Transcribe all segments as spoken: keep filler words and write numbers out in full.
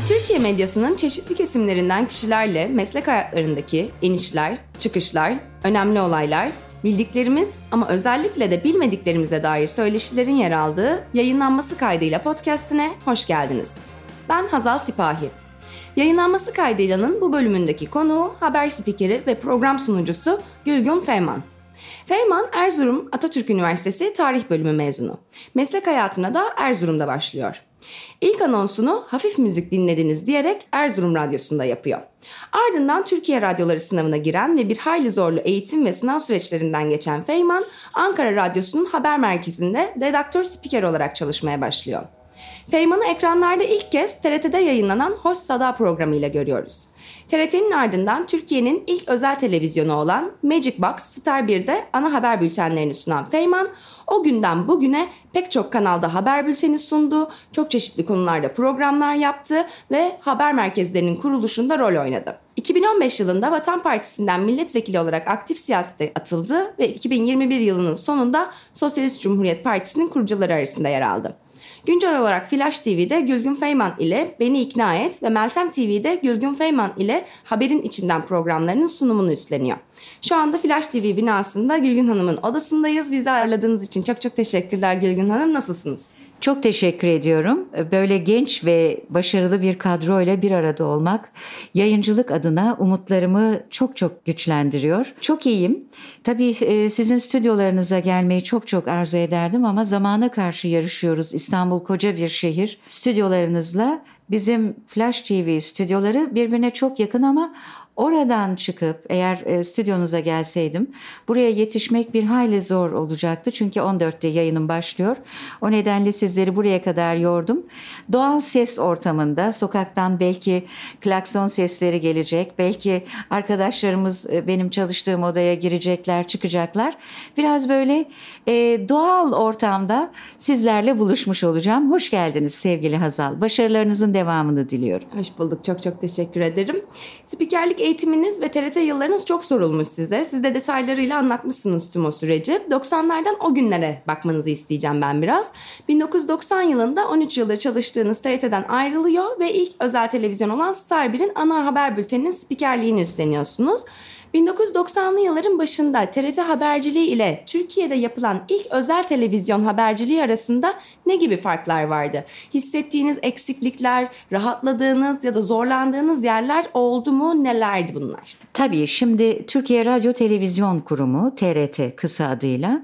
Türkiye medyasının çeşitli kesimlerinden kişilerle meslek hayatlarındaki inişler, çıkışlar, önemli olaylar, bildiklerimiz ama özellikle de bilmediklerimize dair söyleşilerin yer aldığı yayınlanması kaydıyla podcast'ine hoş geldiniz. Ben Hazal Sipahi. Yayınlanması kaydıylanın bu bölümündeki konuğu haber spikeri ve program sunucusu Gülgün Feyman. Feyman, Erzurum Atatürk Üniversitesi Tarih Bölümü mezunu. Meslek hayatına da Erzurum'da başlıyor. İlk anonsunu hafif müzik dinlediniz diyerek Erzurum Radyosu'nda yapıyor. Ardından Türkiye Radyoları sınavına giren ve bir hayli zorlu eğitim ve sınav süreçlerinden geçen Feyman, Ankara Radyosu'nun haber merkezinde redaktör spiker olarak çalışmaya başlıyor. Feyman'ı ekranlarda ilk kez T R T'de yayınlanan Hoş Sada programıyla görüyoruz. T R T'nin ardından Türkiye'nin ilk özel televizyonu olan Magic Box Star birde ana haber bültenlerini sunan Feyman, o günden bugüne pek çok kanalda haber bülteni sundu, çok çeşitli konularda programlar yaptı ve haber merkezlerinin kuruluşunda rol oynadı. iki bin on beş yılında Vatan Partisi'nden milletvekili olarak aktif siyasete atıldı ve iki bin yirmi bir yılının sonunda Sosyalist Cumhuriyet Partisi'nin kurucuları arasında yer aldı. Güncel olarak Flash T V'de Gülgün Feyman ile Beni İkna Et ve Meltem T V'de Gülgün Feyman ile Haberin İçinden programlarının sunumunu üstleniyor. Şu anda Flash T V binasında Gülgün Hanım'ın odasındayız. Bizi ağırladığınız için çok çok teşekkürler Gülgün Hanım. Nasılsınız? Çok teşekkür ediyorum. Böyle genç ve başarılı bir kadroyla bir arada olmak yayıncılık adına umutlarımı çok çok güçlendiriyor. Çok iyiyim. Tabii sizin stüdyolarınıza gelmeyi çok çok arzu ederdim ama zamana karşı yarışıyoruz. İstanbul koca bir şehir. Stüdyolarınızla bizim Flash T V stüdyoları birbirine çok yakın ama oradan çıkıp eğer e, stüdyonuza gelseydim buraya yetişmek bir hayli zor olacaktı. Çünkü on dörtte yayınım başlıyor. O nedenle sizleri buraya kadar yordum. Doğal ses ortamında sokaktan belki klakson sesleri gelecek. Belki arkadaşlarımız e, benim çalıştığım odaya girecekler, çıkacaklar. Biraz böyle e, doğal ortamda sizlerle buluşmuş olacağım. Hoş geldiniz sevgili Hazal. Başarılarınızın devamını diliyorum. Hoş bulduk. Çok çok teşekkür ederim. Spikerlik eğitiminiz ve T R T yıllarınız çok sorulmuş size. Siz de detaylarıyla anlatmışsınız tüm o süreci. doksanlardan o günlere bakmanızı isteyeceğim ben biraz. bin dokuz yüz doksan yılında on üç yıldır çalıştığınız T R T'den ayrılıyor ve ilk özel televizyon olan Star bir'in ana haber bülteninin spikerliğini üstleniyorsunuz. bin dokuz yüz doksanlı yılların başında T R T haberciliği ile Türkiye'de yapılan ilk özel televizyon haberciliği arasında ne gibi farklar vardı? Hissettiğiniz eksiklikler, rahatladığınız ya da zorlandığınız yerler oldu mu? Nelerdi bunlar? Tabii şimdi Türkiye Radyo Televizyon Kurumu, T R T kısa adıyla,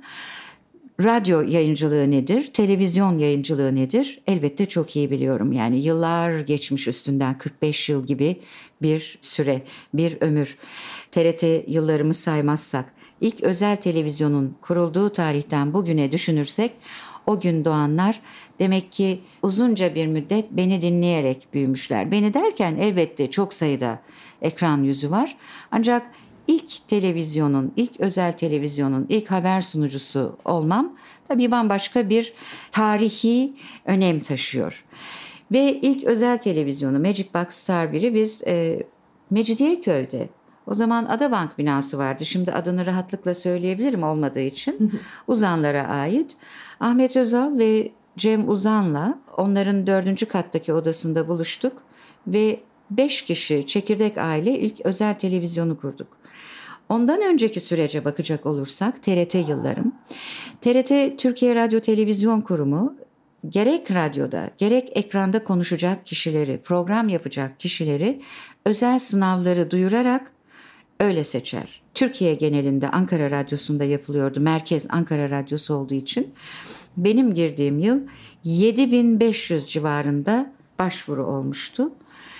radyo yayıncılığı nedir, televizyon yayıncılığı nedir? Elbette çok iyi biliyorum. Yani yıllar geçmiş üstünden kırk beş yıl gibi bir süre, bir ömür. T R T yıllarımı saymazsak, ilk özel televizyonun kurulduğu tarihten bugüne düşünürsek, o gün doğanlar demek ki uzunca bir müddet beni dinleyerek büyümüşler. Beni derken elbette çok sayıda ekran yüzü var. Ancak ilk televizyonun, ilk özel televizyonun ilk haber sunucusu olmam tabii bambaşka bir tarihi önem taşıyor. Ve ilk özel televizyonu Magic Box Star bir'i biz e, Mecidiyeköy'de, o zaman Adabank binası vardı. Şimdi adını rahatlıkla söyleyebilirim olmadığı için. Uzanlara ait. Ahmet Özal ve Cem Uzan'la onların dördüncü kattaki odasında buluştuk ve beş kişi çekirdek aile ilk özel televizyonu kurduk. Ondan önceki sürece bakacak olursak T R T yıllarım. T R T Türkiye Radyo Televizyon Kurumu gerek radyoda gerek ekranda konuşacak kişileri, program yapacak kişileri özel sınavları duyurarak öyle seçer. Türkiye genelinde Ankara Radyosu'nda yapılıyordu. Merkez Ankara Radyosu olduğu için. Benim girdiğim yıl yedi bin beş yüz civarında başvuru olmuştu.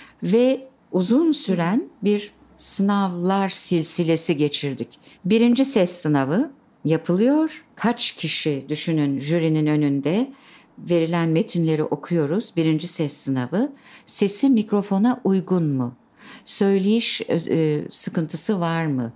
Ve uzun süren bir sınavlar silsilesi geçirdik. Birinci ses sınavı yapılıyor. Kaç kişi düşünün jürinin önünde verilen metinleri okuyoruz. Birinci ses sınavı. Sesi mikrofona uygun mu? Söyleyiş e, sıkıntısı var mı?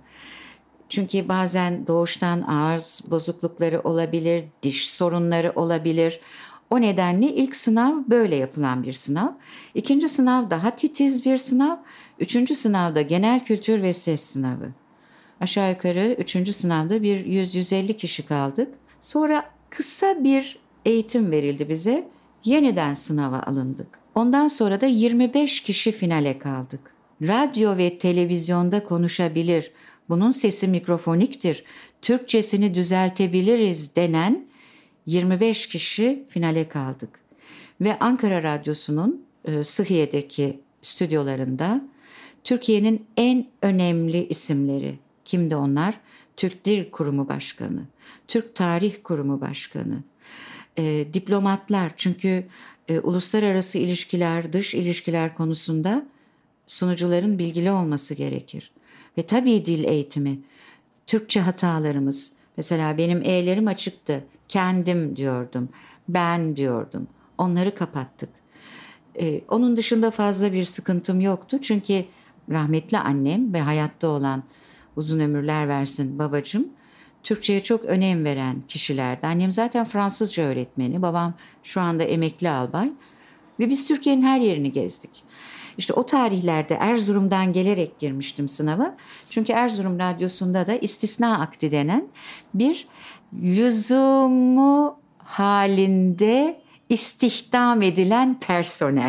Çünkü bazen doğuştan ağız bozuklukları olabilir, diş sorunları olabilir. O nedenle ilk sınav böyle yapılan bir sınav. İkinci sınav daha titiz bir sınav. Üçüncü sınavda genel kültür ve ses sınavı. Aşağı yukarı üçüncü sınavda bir yüz yüz elli kişi kaldık. Sonra kısa bir eğitim verildi bize. Yeniden sınava alındık. Ondan sonra da yirmi beş kişi finale kaldık. Radyo ve televizyonda konuşabilir, bunun sesi mikrofoniktir, Türkçesini düzeltebiliriz denen yirmi beş kişi finale kaldık. Ve Ankara Radyosu'nun e, Sıhhiye'deki stüdyolarında Türkiye'nin en önemli isimleri, kimdi onlar? Türk Dil Kurumu Başkanı, Türk Tarih Kurumu Başkanı, e, diplomatlar, çünkü e, uluslararası ilişkiler, dış ilişkiler konusunda sunucuların bilgili olması gerekir. Ve tabii dil eğitimi, Türkçe hatalarımız, mesela benim E'lerim açıktı, kendim diyordum, ben diyordum, onları kapattık. Ee, onun dışında fazla bir sıkıntım yoktu, çünkü rahmetli annem ve hayatta olan, uzun ömürler versin babacığım, Türkçe'ye çok önem veren kişilerdi. Annem zaten Fransızca öğretmeni, babam şu anda emekli albay ve biz Türkiye'nin her yerini gezdik. İşte o tarihlerde Erzurum'dan gelerek girmiştim sınava. Çünkü Erzurum Radyosu'nda da istisna akdi denen bir lüzumu halinde istihdam edilen personel.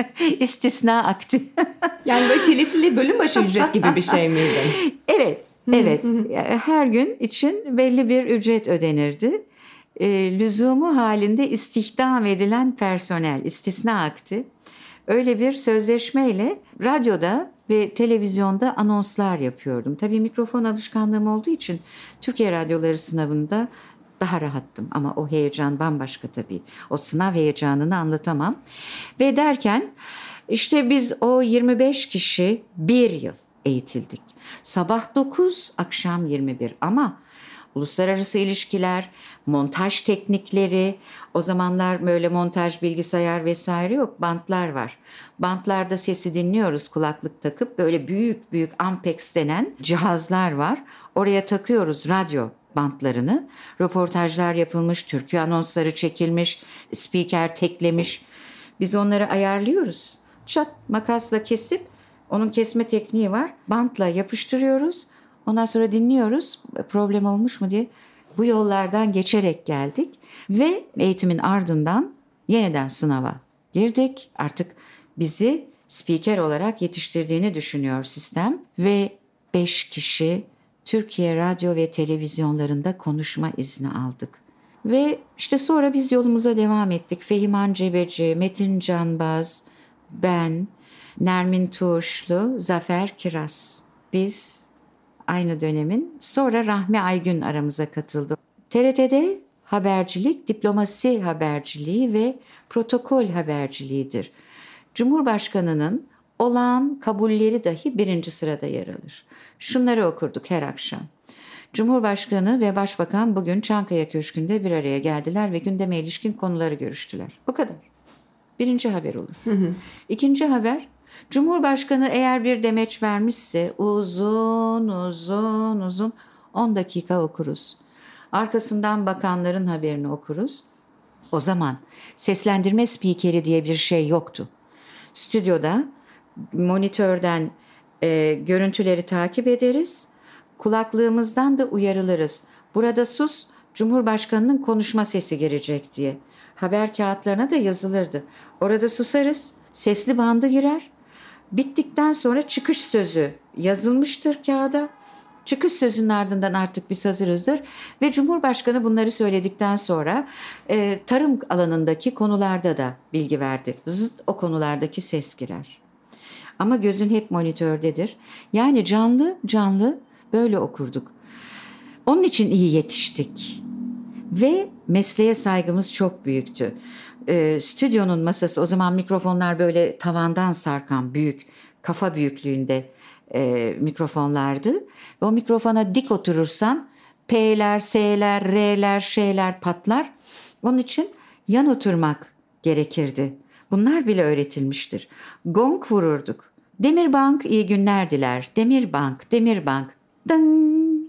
İstisna akdi. Yani böyle telifli bölüm başı ücret gibi bir şey miydi? Evet, evet. Her gün için belli bir ücret ödenirdi. E, lüzumu halinde istihdam edilen personel, istisna akdi. Öyle bir sözleşmeyle radyoda ve televizyonda anonslar yapıyordum. Tabii mikrofon alışkanlığım olduğu için Türkiye Radyoları sınavında daha rahattım. Ama o heyecan bambaşka tabii. O sınav heyecanını anlatamam. Ve derken işte biz o yirmi beş kişi bir yıl eğitildik. Sabah dokuz, akşam yirmi bir, ama uluslararası ilişkiler, montaj teknikleri, o zamanlar böyle montaj bilgisayar vesaire yok, bantlar var. Bantlarda sesi dinliyoruz kulaklık takıp, böyle büyük büyük Ampex denen cihazlar var. Oraya takıyoruz radyo bantlarını. Röportajlar yapılmış, türkü anonsları çekilmiş, spiker teklemiş. Biz onları ayarlıyoruz. Çat makasla kesip, onun kesme tekniği var. Bantla yapıştırıyoruz. Ondan sonra dinliyoruz, problem olmuş mu diye. Bu yollardan geçerek geldik ve eğitimin ardından yeniden sınava girdik. Artık bizi spiker olarak yetiştirdiğini düşünüyor sistem ve beş kişi Türkiye radyo ve televizyonlarında konuşma izni aldık. Ve işte sonra biz yolumuza devam ettik. Fehiman Cebeci, Metin Canbaz, ben, Nermin Tuğuşlu, Zafer Kiraz. Biz aynı dönemin. Sonra Rahmi Aygün aramıza katıldı. T R T'de habercilik, diplomasi haberciliği ve protokol haberciliğidir. Cumhurbaşkanının olağan kabulleri dahi birinci sırada yer alır. Şunları okurduk her akşam. Cumhurbaşkanı ve Başbakan bugün Çankaya Köşkü'nde bir araya geldiler ve gündeme ilişkin konuları görüştüler. Bu kadar. Birinci haber olur. Hı hı. İkinci haber, Cumhurbaşkanı eğer bir demeç vermişse uzun uzun uzun on dakika okuruz. Arkasından bakanların haberini okuruz. O zaman seslendirme spikeri diye bir şey yoktu. Stüdyoda monitörden e, görüntüleri takip ederiz. Kulaklığımızdan da uyarılırız. Burada sus, Cumhurbaşkanının konuşma sesi girecek diye. Haber kağıtlarına da yazılırdı. Orada susarız, sesli bandı girer. Bittikten sonra çıkış sözü yazılmıştır kağıda. Çıkış sözünün ardından artık biz hazırızdır. Ve Cumhurbaşkanı bunları söyledikten sonra e, tarım alanındaki konularda da bilgi verdi. Zıt o konulardaki ses girer. Ama gözün hep monitördedir. Yani canlı canlı böyle okurduk. Onun için iyi yetiştik. Ve mesleğe saygımız çok büyüktü. E, stüdyonun masası, o zaman mikrofonlar böyle tavandan sarkan büyük, kafa büyüklüğünde e, mikrofonlardı. Ve o mikrofona dik oturursan P'ler, S'ler, R'ler, Ş'ler patlar. Onun için yan oturmak gerekirdi. Bunlar bile öğretilmiştir. Gong vururduk. Demirbank iyi günler diler. Demirbank, Demirbank. Dın.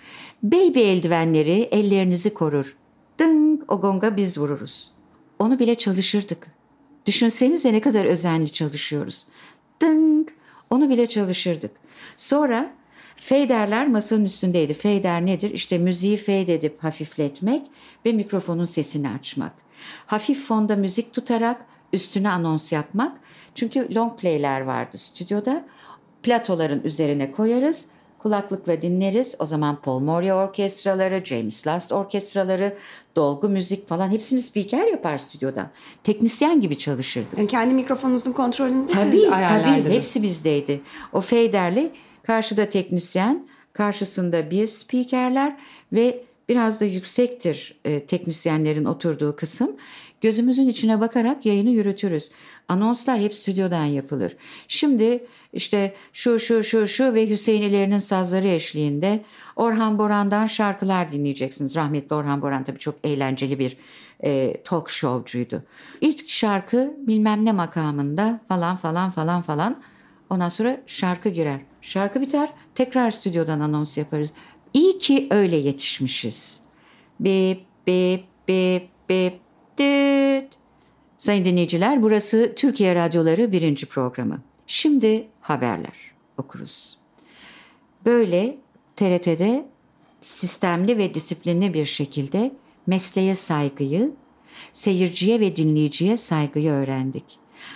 Baby eldivenleri ellerinizi korur. Dın, o gonga biz vururuz. Onu bile çalışırdık. Düşünsenize ne kadar özenli çalışıyoruz. Dın, onu bile çalışırdık. Sonra faderler masanın üstündeydi. Fader nedir? İşte müziği fade edip hafifletmek ve mikrofonun sesini açmak. Hafif fonda müzik tutarak üstüne anons yapmak. Çünkü long play'ler vardı stüdyoda. Platoların üzerine koyarız. Kulaklıkla dinleriz. O zaman Paul Moria orkestraları, James Last orkestraları, dolgu müzik falan hepsini spiker yapar stüdyodan. Teknisyen gibi çalışırdık. Yani kendi mikrofonunuzun kontrolünü de tabii, siz ayarlardınız. Tabii, hepsi bizdeydi. O faderli, karşıda teknisyen, karşısında biz spikerler ve biraz da yüksektir e, teknisyenlerin oturduğu kısım. Gözümüzün içine bakarak yayını yürütürüz. Anonslar hep stüdyodan yapılır. Şimdi işte şu şu şu şu ve Hüseyinilerinin sazları eşliğinde Orhan Boran'dan şarkılar dinleyeceksiniz. Rahmetli Orhan Boran tabii çok eğlenceli bir e, talk show'cuydu. İlk şarkı bilmem ne makamında falan falan falan falan. Ondan sonra şarkı girer. Şarkı biter, tekrar stüdyodan anons yaparız. İyi ki öyle yetişmişiz. Bip bip bip bip düt. Sayın dinleyiciler, burası Türkiye Radyoları birinci programı. Şimdi haberler okuruz. Böyle T R T'de sistemli ve disiplinli bir şekilde mesleğe saygıyı, seyirciye ve dinleyiciye saygıyı öğrendik.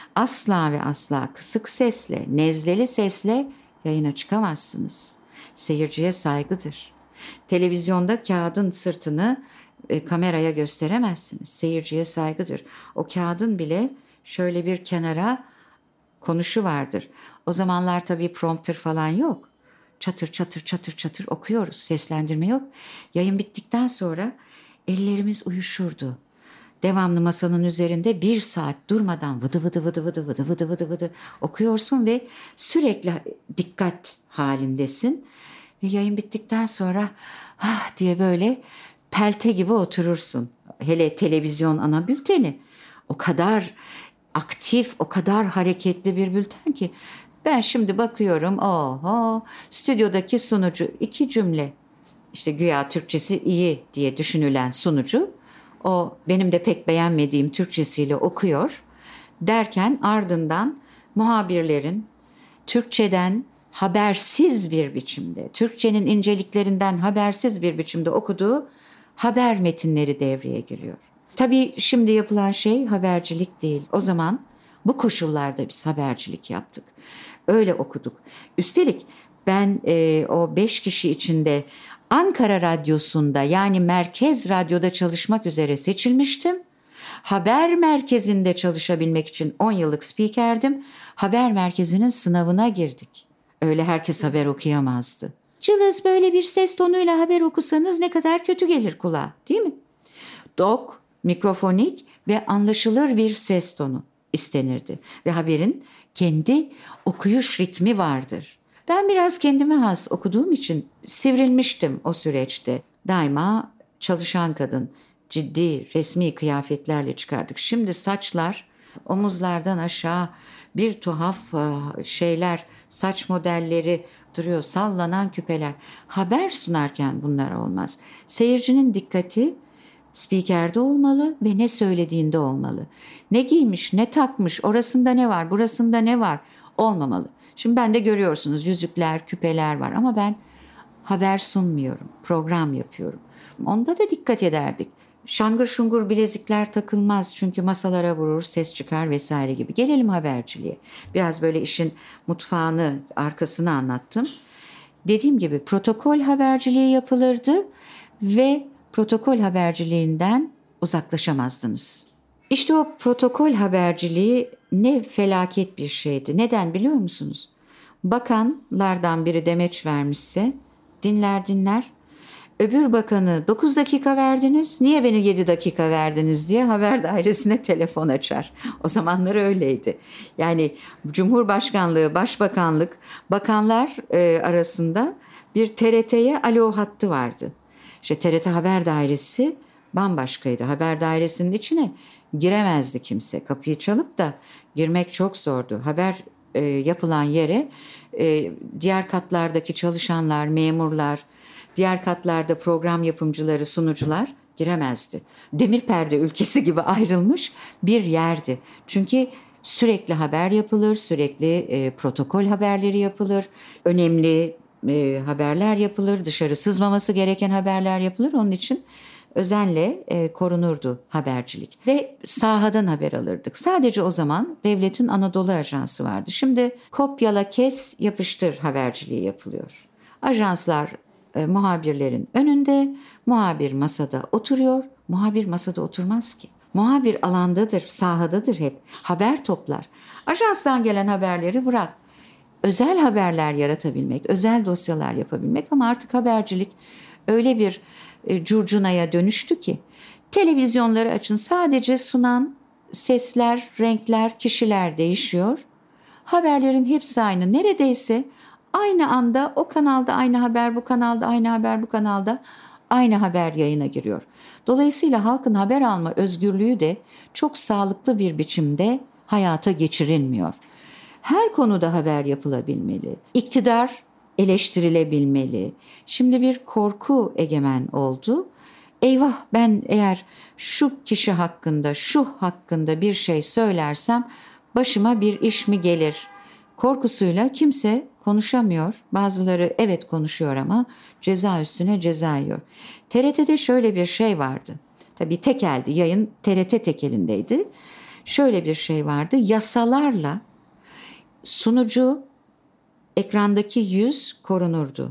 Asla ve asla kısık sesle, nezleli sesle yayına çıkamazsınız. Seyirciye saygıdır. Televizyonda kağıdın sırtını e, kameraya gösteremezsiniz. Seyirciye saygıdır. O kağıdın bile şöyle bir kenara konuşu vardır. O zamanlar tabii prompter falan yok. Çatır çatır çatır çatır okuyoruz. Seslendirme yok. Yayın bittikten sonra ellerimiz uyuşurdu. Devamlı masanın üzerinde bir saat durmadan vıdı vıdı vıdı vıdı vıdı vıdı vıdı vıdı okuyorsun ve sürekli dikkat halindesin. Ve yayın bittikten sonra ah diye böyle pelte gibi oturursun. Hele televizyon ana bülteni o kadar aktif, o kadar hareketli bir bülten ki ben şimdi bakıyorum oho stüdyodaki sunucu iki cümle işte güya Türkçesi iyi diye düşünülen sunucu o benim de pek beğenmediğim Türkçesiyle okuyor derken ardından muhabirlerin Türkçeden habersiz bir biçimde, Türkçenin inceliklerinden habersiz bir biçimde okuduğu haber metinleri devreye giriyor. Tabii şimdi yapılan şey habercilik değil. O zaman bu koşullarda biz habercilik yaptık. Öyle okuduk. Üstelik ben e, o beş kişi içinde Ankara Radyosu'nda yani Merkez Radyo'da çalışmak üzere seçilmiştim. Haber merkezinde çalışabilmek için on yıllık spikerdim. Haber merkezinin sınavına girdik. Öyle herkes haber okuyamazdı. Cılız böyle bir ses tonuyla haber okusanız ne kadar kötü gelir kulağa, değil mi? Dok, mikrofonik ve anlaşılır bir ses tonu istenirdi. Ve haberin kendi okuyuş ritmi vardır. Ben biraz kendime has okuduğum için sivrilmiştim o süreçte. Daima çalışan kadın, ciddi resmi kıyafetlerle çıkardık. Şimdi saçlar omuzlardan aşağı bir tuhaf şeyler, saç modelleri duruyor, sallanan küpeler. Haber sunarken bunlar olmaz. Seyircinin dikkati spikerde olmalı ve ne söylediğinde olmalı. Ne giymiş, ne takmış, orasında ne var, burasında ne var olmamalı. Şimdi ben de görüyorsunuz yüzükler, küpeler var ama ben haber sunmuyorum, program yapıyorum. Onda da dikkat ederdik. Şangır şungur bilezikler takılmaz çünkü masalara vurur, ses çıkar vesaire gibi. Gelelim haberciliğe. Biraz böyle işin mutfağını, arkasını anlattım. Dediğim gibi protokol haberciliği yapılırdı ve protokol haberciliğinden uzaklaşamazdınız. İşte o protokol haberciliği ne felaket bir şeydi. Neden biliyor musunuz? Bakanlardan biri demeç vermişse dinler dinler. Öbür bakanı dokuz dakika verdiniz, niye beni yedi dakika verdiniz diye haber dairesine telefon açar. O zamanlar öyleydi. Yani Cumhurbaşkanlığı, Başbakanlık, bakanlar e, arasında bir T R T'ye alo hattı vardı. İşte T R T Haber Dairesi bambaşkaydı. Haber dairesinin içine giremezdi kimse. Kapıyı çalıp da girmek çok zordu. Haber e, yapılan yere e, diğer katlardaki çalışanlar, memurlar, diğer katlarda program yapımcıları, sunucular giremezdi. Demir perde ülkesi gibi ayrılmış bir yerdi. Çünkü sürekli haber yapılır, sürekli e, protokol haberleri yapılır, önemli e, haberler yapılır, dışarı sızmaması gereken haberler yapılır. Onun için özenle e, korunurdu habercilik. Ve sahadan haber alırdık. Sadece o zaman devletin Anadolu Ajansı vardı. Şimdi kopyala, kes, yapıştır haberciliği yapılıyor. Ajanslar e, muhabirlerin önünde, muhabir masada oturuyor. Muhabir masada oturmaz ki. Muhabir alandadır, sahadadır hep. Haber toplar. Ajanstan gelen haberleri bırak. Özel haberler yaratabilmek, özel dosyalar yapabilmek ama artık habercilik öyle bir e, curcunaya dönüştü ki televizyonları açın, sadece sunan sesler, renkler, kişiler değişiyor. Haberlerin hepsi aynı. Neredeyse aynı anda o kanalda aynı haber, bu kanalda aynı haber, bu kanalda aynı haber yayına giriyor. Dolayısıyla halkın haber alma özgürlüğü de çok sağlıklı bir biçimde hayata geçirilmiyor. Her konuda haber yapılabilmeli. İktidar eleştirilebilmeli. Şimdi bir korku egemen oldu. Eyvah, ben eğer şu kişi hakkında, şu hakkında bir şey söylersem başıma bir iş mi gelir? Korkusuyla kimse konuşamıyor. Bazıları evet konuşuyor ama ceza üstüne ceza yiyor. T R T'de şöyle bir şey vardı. Tabii tekeldi, yayın T R T tekelindeydi. Şöyle bir şey vardı. Yasalarla sunucu, ekrandaki yüz korunurdu.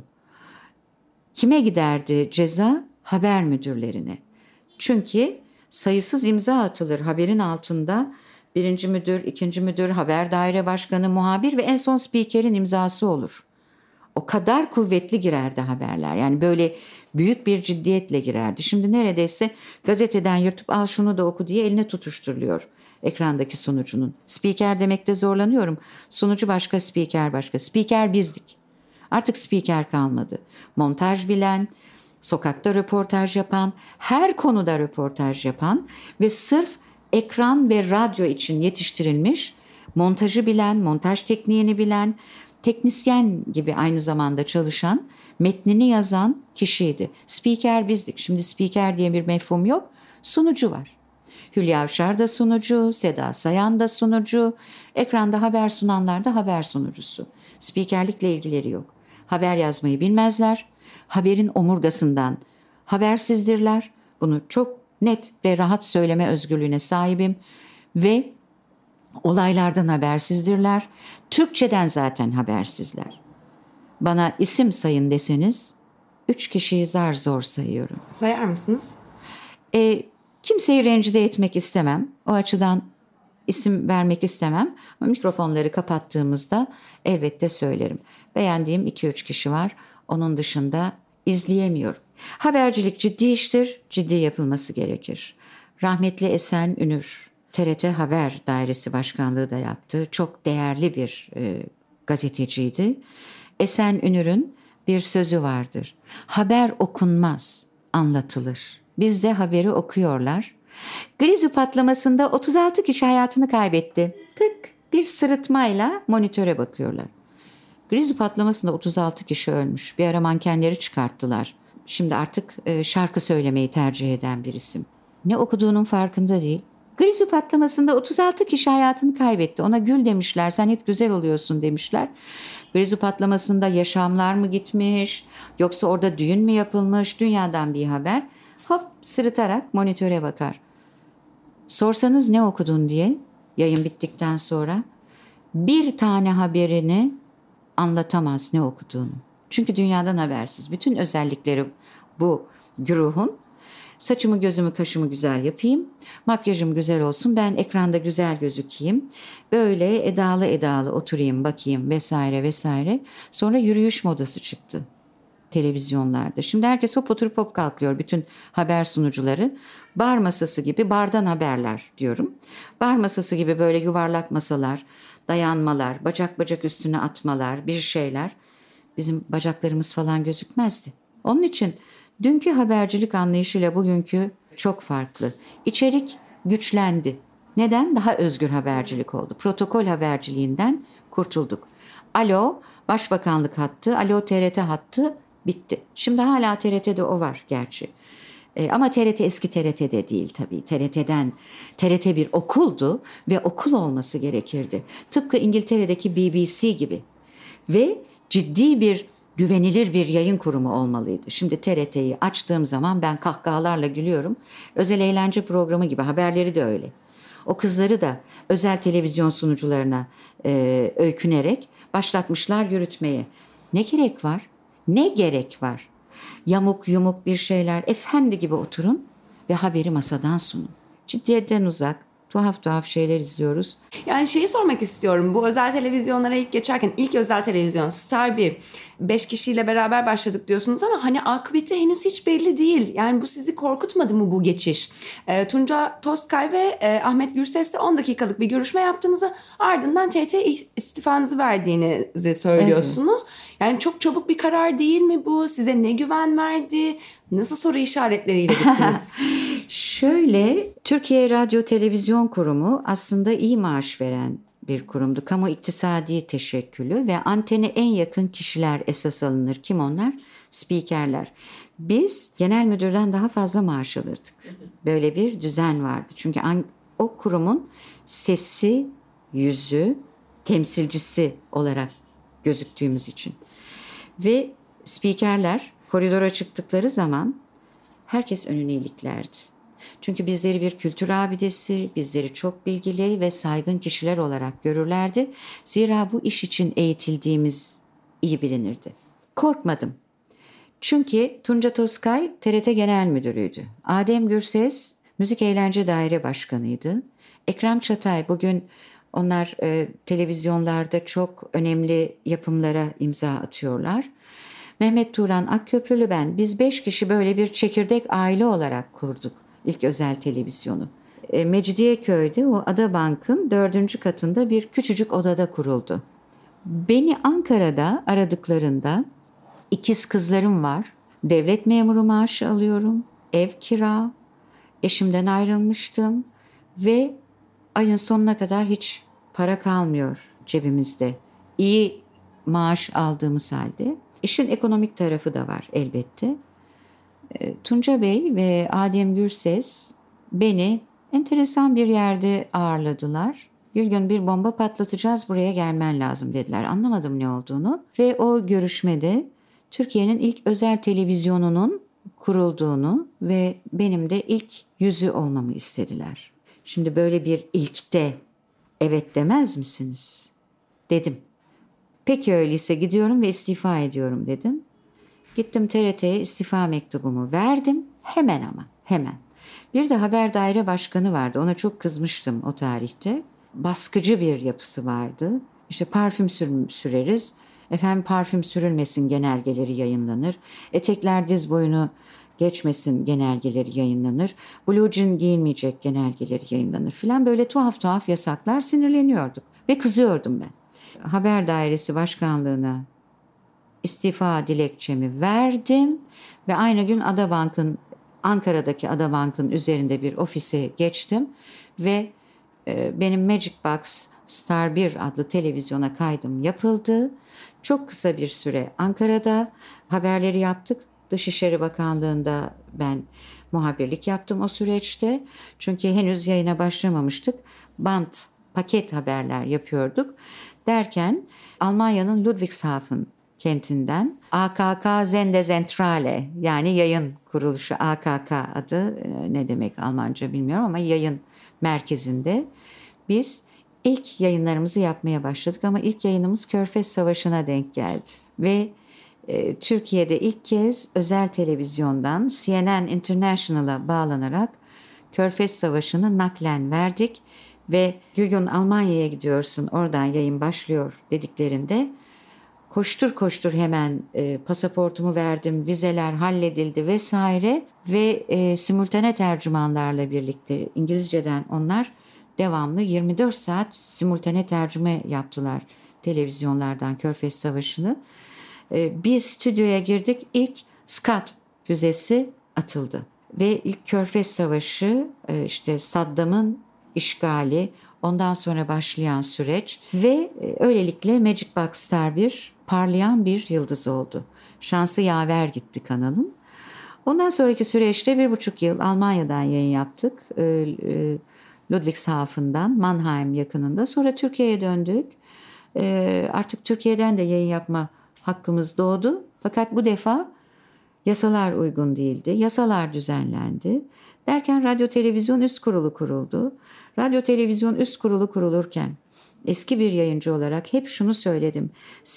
Kime giderdi ceza? Haber müdürlerine. Çünkü sayısız imza atılır haberin altında. Birinci müdür, ikinci müdür, haber daire başkanı, muhabir ve en son spikerin imzası olur. O kadar kuvvetli girerdi haberler. Yani böyle büyük bir ciddiyetle girerdi. Şimdi neredeyse gazeteden yırtıp al şunu da oku diye eline tutuşturuluyor ekrandaki sunucunun. Spiker demekte zorlanıyorum. Sunucu başka, spiker başka. Spiker bizdik. Artık spiker kalmadı. Montaj bilen, sokakta röportaj yapan, her konuda röportaj yapan ve sırf ekran ve radyo için yetiştirilmiş, montajı bilen, montaj tekniğini bilen, teknisyen gibi aynı zamanda çalışan, metnini yazan kişiydi. Spiker bizdik. Şimdi spiker diye bir mefhum yok. Sunucu var. Hülya Avşar da sunucu, Seda Sayan da sunucu, ekranda haber sunanlar da haber sunucusu. Spikerlikle ilgileri yok. Haber yazmayı bilmezler. Haberin omurgasından habersizdirler. Bunu çok net ve rahat söyleme özgürlüğüne sahibim ve olaylardan habersizdirler. Türkçeden zaten habersizler. Bana isim sayın deseniz üç kişiyi zar zor sayıyorum. Sayar mısınız? E, kimseyi rencide etmek istemem. O açıdan isim vermek istemem. Ama mikrofonları kapattığımızda elbette söylerim. Beğendiğim iki üç kişi var. Onun dışında izleyemiyorum. Habercilik ciddi iştir, ciddi yapılması gerekir. Rahmetli Esen Ünür, T R T Haber Dairesi Başkanlığı da yaptı. Çok değerli bir e, gazeteciydi. Esen Ünür'ün bir sözü vardır. Haber okunmaz, anlatılır. Bizde haberi okuyorlar. Grizu patlamasında otuz altı kişi hayatını kaybetti. Tık, bir sırıtmayla monitöre bakıyorlar. Grizu patlamasında otuz altı kişi ölmüş. Bir ara mankenleri çıkarttılar. Şimdi artık e, şarkı söylemeyi tercih eden bir isim. Ne okuduğunun farkında değil. Grizu patlamasında otuz altı kişi hayatını kaybetti. Ona gül demişler, sen hep güzel oluyorsun demişler. Grizu patlamasında yaşamlar mı gitmiş, yoksa orada düğün mü yapılmış, dünyadan bir haber. Hop, sırıtarak monitöre bakar. Sorsanız ne okudun diye yayın bittikten sonra bir tane haberini anlatamaz ne okuduğunu. Çünkü dünyadan habersiz. Bütün özellikleri bu güruhun. Saçımı, gözümü, kaşımı güzel yapayım. Makyajım güzel olsun. Ben ekranda güzel gözükeyim. Böyle edalı edalı oturayım, bakayım vesaire vesaire. Sonra yürüyüş modası çıktı televizyonlarda. Şimdi herkes hop oturup hop kalkıyor. Bütün haber sunucuları. Bar masası gibi, bardan haberler diyorum. Bar masası gibi böyle yuvarlak masalar, dayanmalar, bacak bacak üstüne atmalar, bir şeyler. Bizim bacaklarımız falan gözükmezdi. Onun için dünkü habercilik anlayışıyla bugünkü çok farklı. İçerik güçlendi. Neden? Daha özgür habercilik oldu. Protokol haberciliğinden kurtulduk. Alo, Başbakanlık hattı, alo T R T hattı bitti. Şimdi hala T R T'de o var gerçi. E, ama T R T eski T R T'de değil tabii. T R T'den, T R T bir okuldu ve okul olması gerekirdi. Tıpkı İngiltere'deki B B C gibi. Ve ciddi bir güvenilir bir yayın kurumu olmalıydı. Şimdi T R T'yi açtığım zaman ben kahkahalarla gülüyorum. Özel eğlence programı gibi, haberleri de öyle. O kızları da özel televizyon sunucularına e, öykünerek başlatmışlar yürütmeye. Ne gerek var? Ne gerek var? Yamuk yumuk bir şeyler, efendi gibi oturun ve haberi masadan sunun. Ciddiyetten uzak, tuhaf tuhaf şeyler izliyoruz. Yani şeyi sormak istiyorum. Bu özel televizyonlara ilk geçerken, ilk özel televizyon Star bir, beş kişiyle beraber başladık diyorsunuz ama hani akıbeti henüz hiç belli değil. Yani bu sizi korkutmadı mı bu geçiş? E, Tunca Tozkay ve e, Ahmet Gürses'le on dakikalık bir görüşme yaptığınızı, ardından T R T istifanızı verdiğinizi söylüyorsunuz. Evet. Yani çok çabuk bir karar değil mi bu? Size ne güven verdi? Nasıl soru işaretleriyle gittiniz? Şöyle, Türkiye Radyo Televizyon Kurumu aslında iyi maaş veren bir kurumdu. Kamu iktisadi teşekkülü ve antene en yakın kişiler esas alınır. Kim onlar? Spikerler. Biz genel müdürden daha fazla maaş alırdık. Böyle bir düzen vardı. Çünkü o kurumun sesi, yüzü, temsilcisi olarak gözüktüğümüz için. Ve spikerler koridora çıktıkları zaman herkes önünü iliklerdi. Çünkü bizleri bir kültür abidesi, bizleri çok bilgili ve saygın kişiler olarak görürlerdi. Zira bu iş için eğitildiğimiz iyi bilinirdi. Korkmadım. Çünkü Tunca Tozkay T R T Genel Müdürüydü. Adem Gürses Müzik Eğlence Daire Başkanıydı. Ekrem Çatay, bugün onlar e, televizyonlarda çok önemli yapımlara imza atıyorlar. Mehmet Turan Akköprülü, ben, biz beş kişi böyle bir çekirdek aile olarak kurduk ilk özel televizyonu. E, Mecidiyeköy'de o Adabank'ın dördüncü katında bir küçücük odada kuruldu. Beni Ankara'da aradıklarında ikiz kızlarım var, devlet memuru maaşı alıyorum, ev kira, eşimden ayrılmıştım ve ayın sonuna kadar hiç para kalmıyor cebimizde. İyi maaş aldığımız halde. İşin ekonomik tarafı da var elbette. Tunca Bey ve Adem Gürses beni enteresan bir yerde ağırladılar. Bir gün bir bomba patlatacağız, buraya gelmen lazım dediler. Anlamadım ne olduğunu. Ve o görüşmede Türkiye'nin ilk özel televizyonunun kurulduğunu ve benim de ilk yüzü olmamı istediler. Şimdi böyle bir ilkte evet demez misiniz? Dedim. Peki öyleyse gidiyorum ve istifa ediyorum dedim. Gittim T R T'ye istifa mektubumu verdim. Hemen ama hemen. Bir de haber daire başkanı vardı. Ona çok kızmıştım o tarihte. Baskıcı bir yapısı vardı. İşte parfüm sür- süreriz. Efendim parfüm sürülmesin genelgeleri yayınlanır. Etekler diz boyunu geçmesin genelgeleri yayınlanır. Blue jean giyilmeyecek genelgeleri yayınlanır filan. Böyle tuhaf tuhaf yasaklar, sinirleniyorduk. Ve kızıyordum ben. Haber dairesi başkanlığına istifa dilekçemi verdim ve aynı gün Adabank'ın, Ankara'daki Adabank'ın üzerinde bir ofise geçtim ve e, benim Magic Box Star bir adlı televizyona kaydım yapıldı. Çok kısa bir süre Ankara'da haberleri yaptık. Dışişleri Bakanlığı'nda ben muhabirlik yaptım o süreçte. Çünkü henüz yayına başlamamıştık. Bant, paket haberler yapıyorduk. Derken Almanya'nın Ludwigshafen kentinden A K K Sendezentrale, yani yayın kuruluşu, A K K adı ne demek Almanca bilmiyorum ama yayın merkezinde biz ilk yayınlarımızı yapmaya başladık ama ilk yayınımız Körfez Savaşı'na denk geldi ve e, Türkiye'de ilk kez özel televizyondan C N N International'a bağlanarak Körfez Savaşı'nı naklen verdik ve Gülgün Almanya'ya gidiyorsun, oradan yayın başlıyor dediklerinde koştur koştur hemen e, pasaportumu verdim, vizeler halledildi vesaire ve e, simultane tercümanlarla birlikte İngilizceden onlar devamlı yirmi dört saat simultane tercüme yaptılar televizyonlardan Körfez Savaşı'nı. E, biz stüdyoya girdik, ilk Scud füzesi atıldı ve ilk Körfez Savaşı, e, işte Saddam'ın işgali, ondan sonra başlayan süreç ve e, öylelikle Magic Box Star bir parlayan bir yıldız oldu. Şansı yaver gitti kanalın. Ondan sonraki süreçte bir buçuk yıl Almanya'dan yayın yaptık. E, e, Ludwigshafen'dan, Mannheim yakınında. Sonra Türkiye'ye döndük. E, artık Türkiye'den de yayın yapma hakkımız doğdu. Fakat bu defa yasalar uygun değildi. Yasalar düzenlendi. Derken Radyo Televizyon Üst Kurulu kuruldu. Radyo Televizyon Üst Kurulu kurulurken eski bir yayıncı olarak hep şunu söyledim.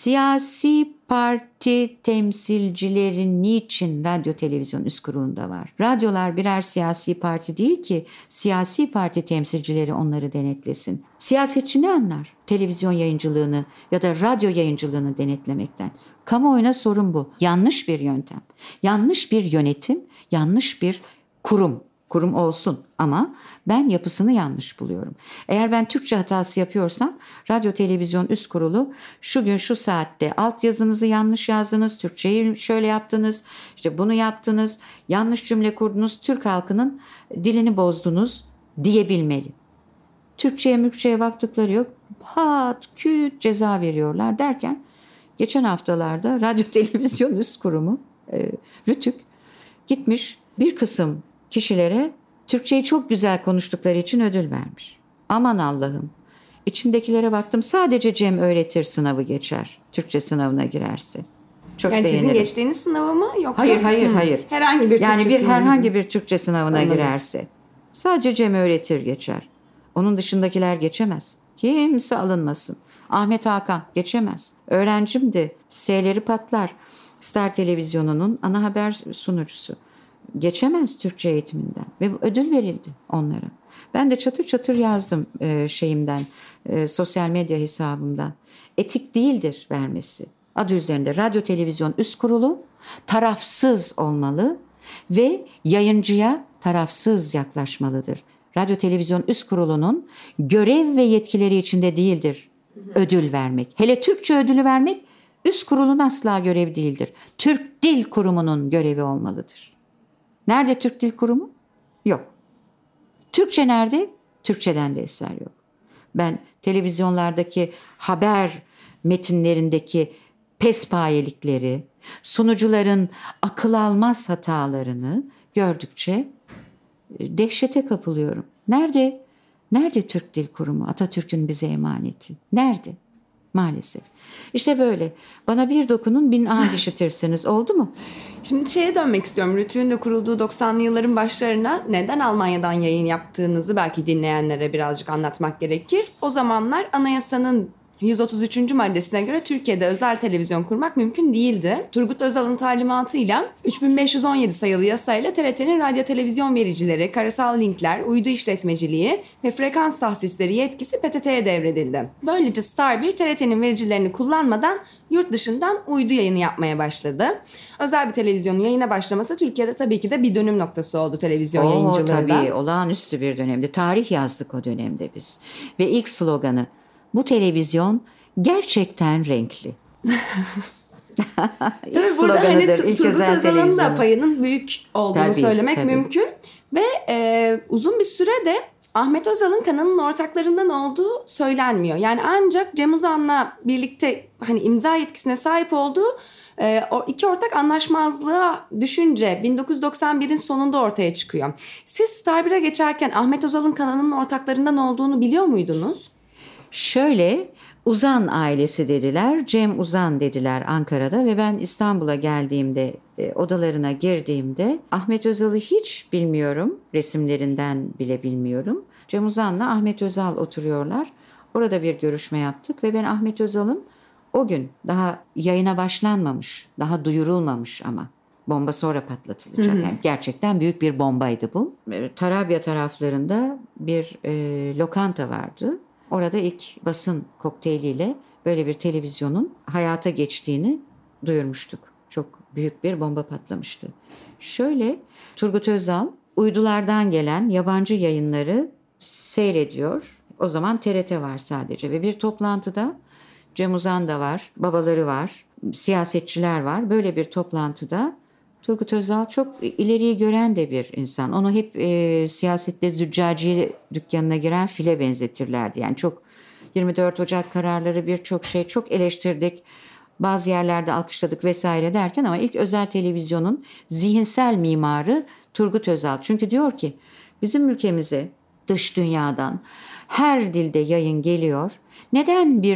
Siyasi parti temsilcileri niçin Radyo Televizyon Üst Kurulu'nda var? Radyolar birer siyasi parti değil ki siyasi parti temsilcileri onları denetlesin. Siyasetçi ne anlar? Televizyon yayıncılığını ya da radyo yayıncılığını denetlemekten. Kamuoyuna sorun bu. Yanlış bir yöntem. Yanlış bir yönetim, yanlış bir kurum. Kurum olsun ama ben yapısını yanlış buluyorum. Eğer ben Türkçe hatası yapıyorsam Radyo Televizyon Üst Kurulu şu gün şu saatte altyazınızı yanlış yazdınız, Türkçeyi şöyle yaptınız, işte bunu yaptınız, yanlış cümle kurdunuz, Türk halkının dilini bozdunuz diyebilmeli. Türkçeye mürkçeye baktıkları yok. Pat, küt ceza veriyorlar derken geçen haftalarda Radyo Televizyon Üst Kurumu e, RTÜK gitmiş bir kısım kişilere Türkçeyi çok güzel konuştukları için ödül vermiş. Aman Allah'ım. İçindekilere baktım, sadece Cem öğretir sınavı geçer. Türkçe sınavına girerse. Çok yani beğenirim. sizin geçtiğiniz sınavı mı yoksa? Hayır hayır Hı. hayır. Herhangi bir yani Türkçe bir herhangi bir Türkçe sınavına Anladım. girerse sadece Cem öğretir geçer. Onun dışındakiler geçemez. Kimse alınmasın. Ahmet Hakan geçemez. Öğrencimdi. S'leri patlar. Star Televizyonu'nun ana haber sunucusu. Geçemez Türkçe eğitiminden ve ödül verildi onlara. Ben de çatır çatır yazdım e, şeyimden, e, sosyal medya hesabımdan. Etik değildir vermesi. Adı üzerinde Radyo Televizyon Üst Kurulu tarafsız olmalı ve yayıncıya tarafsız yaklaşmalıdır. Radyo Televizyon Üst Kurulu'nun görev ve yetkileri içinde değildir ödül vermek. Hele Türkçe ödülü vermek üst kurulun asla görevi değildir. Türk Dil Kurumu'nun görevi olmalıdır. Nerede Türk Dil Kurumu? Yok. Türkçe nerede? Türkçeden de eser yok. Ben televizyonlardaki haber metinlerindeki pespayelikleri, sunucuların akıl almaz hatalarını gördükçe dehşete kapılıyorum. Nerede? Nerede Türk Dil Kurumu? Atatürk'ün bize emaneti. Nerede? Maalesef. İşte böyle. Bana bir dokunun bin ah işitirsiniz. Oldu mu? Şimdi şeye dönmek istiyorum. RTÜK'ün de kurulduğu doksanlı yılların başlarına neden Almanya'dan yayın yaptığınızı belki dinleyenlere birazcık anlatmak gerekir. O zamanlar anayasanın yüz otuz üçüncü maddesine göre Türkiye'de özel televizyon kurmak mümkün değildi. Turgut Özal'ın talimatıyla üç bin beş yüz on yedi sayılı yasayla T R T'nin radyo televizyon vericileri, karasal linkler, uydu işletmeciliği ve frekans tahsisleri yetkisi P T T'ye devredildi. Böylece Star bir T R T'nin vericilerini kullanmadan yurt dışından uydu yayını yapmaya başladı. Özel bir televizyonun yayına başlaması Türkiye'de tabii ki de bir dönüm noktası oldu televizyon Oo, yayıncılığında. Tabii olağanüstü bir dönemde. Tarih yazdık o dönemde biz. Ve ilk sloganı: bu televizyon gerçekten renkli. Tabii burada hani T- Turgut Özal'ın da payının büyük olduğunu tabii, söylemek tabii. mümkün. Ve e, uzun bir süre de Ahmet Özal'ın kanalın ortaklarından olduğu söylenmiyor. Yani ancak Cem Uzan'la birlikte hani imza yetkisine sahip olduğu e, o iki ortak anlaşmazlığa düşünce bin dokuz yüz doksan birin sonunda ortaya çıkıyor. Siz Star bir'e geçerken Ahmet Özal'ın kanalının ortaklarından olduğunu biliyor muydunuz? Şöyle, Uzan ailesi dediler, Cem Uzan dediler Ankara'da ve ben İstanbul'a geldiğimde, e, odalarına girdiğimde Ahmet Özal'ı hiç bilmiyorum, resimlerinden bile bilmiyorum. Cem Uzan'la Ahmet Özal oturuyorlar. Orada bir görüşme yaptık ve ben Ahmet Özal'ın o gün daha yayına başlanmamış, daha duyurulmamış ama bomba sonra patlatılacak. Hı hı. Yani gerçekten büyük bir bombaydı bu. Tarabya taraflarında bir e, lokanta vardı. Orada ilk basın kokteyliyle böyle bir televizyonun hayata geçtiğini duyurmuştuk. Çok büyük bir bomba patlamıştı. Şöyle, Turgut Özal uydulardan gelen yabancı yayınları seyrediyor. O zaman T R T var sadece ve bir toplantıda Cem Uzan da var, babaları var, siyasetçiler var. Böyle bir toplantıda Turgut Özal çok ileriyi gören de bir insan. Onu hep e, siyasette züccaciye dükkanına giren file benzetirlerdi. Yani çok yirmi dört Ocak kararları, birçok şey çok eleştirdik. Bazı yerlerde alkışladık vesaire derken ama ilk özel televizyonun zihinsel mimarı Turgut Özal. Çünkü diyor ki bizim ülkemize dış dünyadan her dilde yayın geliyor. Neden bir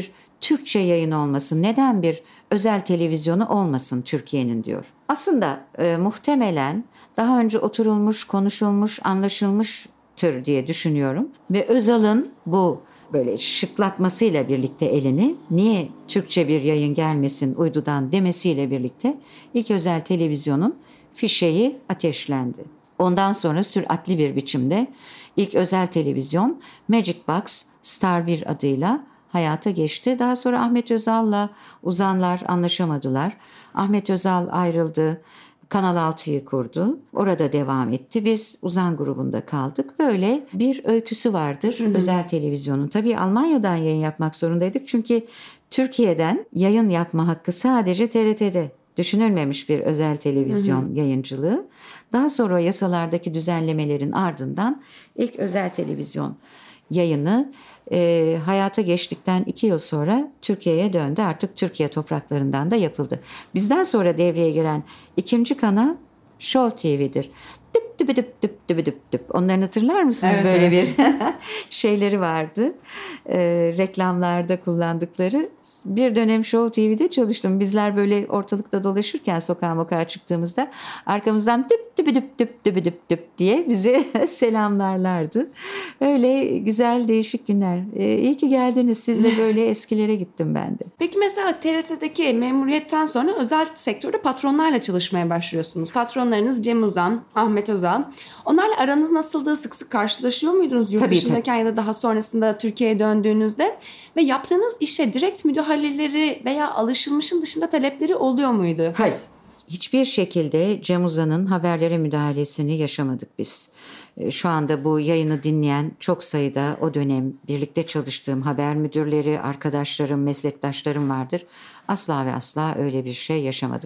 Türkçe yayın olmasın? Neden bir özel televizyonu olmasın Türkiye'nin diyor. Aslında e, muhtemelen daha önce oturulmuş, konuşulmuş, anlaşılmıştır diye düşünüyorum. Ve Özal'ın bu böyle şıklatmasıyla birlikte elini, niye Türkçe bir yayın gelmesin uydudan demesiyle birlikte ilk özel televizyonun fişeği ateşlendi. Ondan sonra süratli bir biçimde ilk özel televizyon Magic Box Star bir adıyla hayata geçti. Daha sonra Ahmet Özal'la uzanlar anlaşamadılar. Ahmet Özal ayrıldı. Kanal altı'yı kurdu. Orada devam etti. Biz Uzan grubunda kaldık. Böyle bir öyküsü vardır hı hı. özel televizyonun. Tabii Almanya'dan yayın yapmak zorundaydık. Çünkü Türkiye'den yayın yapma hakkı sadece T R T'de. Düşünülmemiş bir özel televizyon hı hı. yayıncılığı. Daha sonra yasalardaki düzenlemelerin ardından ilk özel televizyon yayını e, hayata geçtikten iki yıl sonra Türkiye'ye döndü. Artık Türkiye topraklarından da yapıldı. Bizden sonra devreye giren ikinci kanal Show T V'dir. Düp düp düp düp düp düp düp. Onların hatırlar mısınız? Evet, böyle evet. bir şeyleri vardı. E, reklamlarda kullandıkları. Bir dönem Show T V'de çalıştım. Bizler böyle ortalıkta dolaşırken sokağa mokağa çıktığımızda arkamızdan düp düp düp düp düp düp düp diye bizi selamlarlardı. Öyle güzel değişik günler. E, iyi ki geldiniz. Sizle böyle eskilere gittim ben de. Peki mesela T R T'deki memuriyetten sonra özel sektörde patronlarla çalışmaya başlıyorsunuz. Patronlarınız Cem Uzan, Ahmet Özal. Onlarla aranız nasıldı? Sık sık karşılaşıyor muydunuz yurt tabii, dışındayken tabii. ya da daha sonrasında Türkiye'ye döndüğünüzde? Ve yaptığınız işe direkt müdahaleleri veya alışılmışın dışında talepleri oluyor muydu? Hayır. Hiçbir şekilde Cem Uzan'ın haberlere müdahalesini yaşamadık biz. Şu anda bu yayını dinleyen çok sayıda o dönem birlikte çalıştığım haber müdürleri, arkadaşlarım, meslektaşlarım vardır. Asla ve asla öyle bir şey yaşamadık.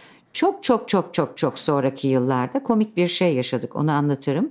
Çok çok çok çok çok sonraki yıllarda komik bir şey yaşadık, onu anlatırım.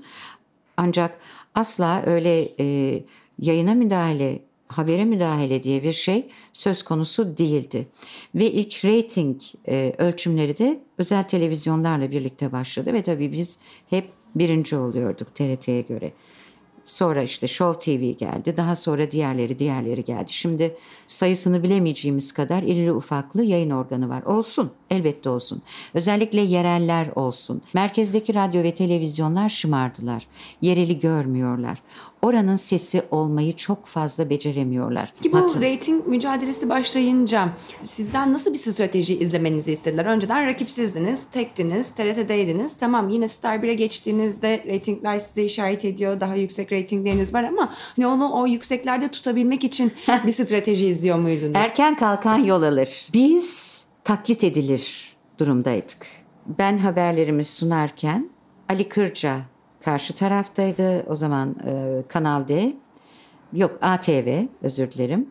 Ancak asla öyle e, yayına müdahale, habere müdahale diye bir şey söz konusu değildi. Ve ilk reyting e, ölçümleri de özel televizyonlarla birlikte başladı ve tabii biz hep birinci oluyorduk T R T'ye göre. Sonra işte Show T V geldi. Daha sonra diğerleri diğerleri geldi. Şimdi sayısını bilemeyeceğimiz kadar irili ufaklı yayın organı var. Olsun, elbette olsun. Özellikle yereller olsun. Merkezdeki radyo ve televizyonlar şımardılar. Yereli görmüyorlar. Oranın sesi olmayı çok fazla beceremiyorlar. Ki bu Hatır- reyting mücadelesi başlayınca sizden nasıl bir strateji izlemenizi istediler? Önceden rakipsizdiniz, tektiniz, T R T'deydiniz. Tamam, yine Star bir'e geçtiğinizde reytingler size işaret ediyor. Daha yüksek reytingleriniz var ama hani onu o yükseklerde tutabilmek için bir strateji izliyor muydunuz? Erken kalkan yol alır. Biz taklit edilir durumdaydık. Ben haberlerimi sunarken Ali Kırca karşı taraftaydı. O zaman e, Kanal D, yok A T V, özür dilerim.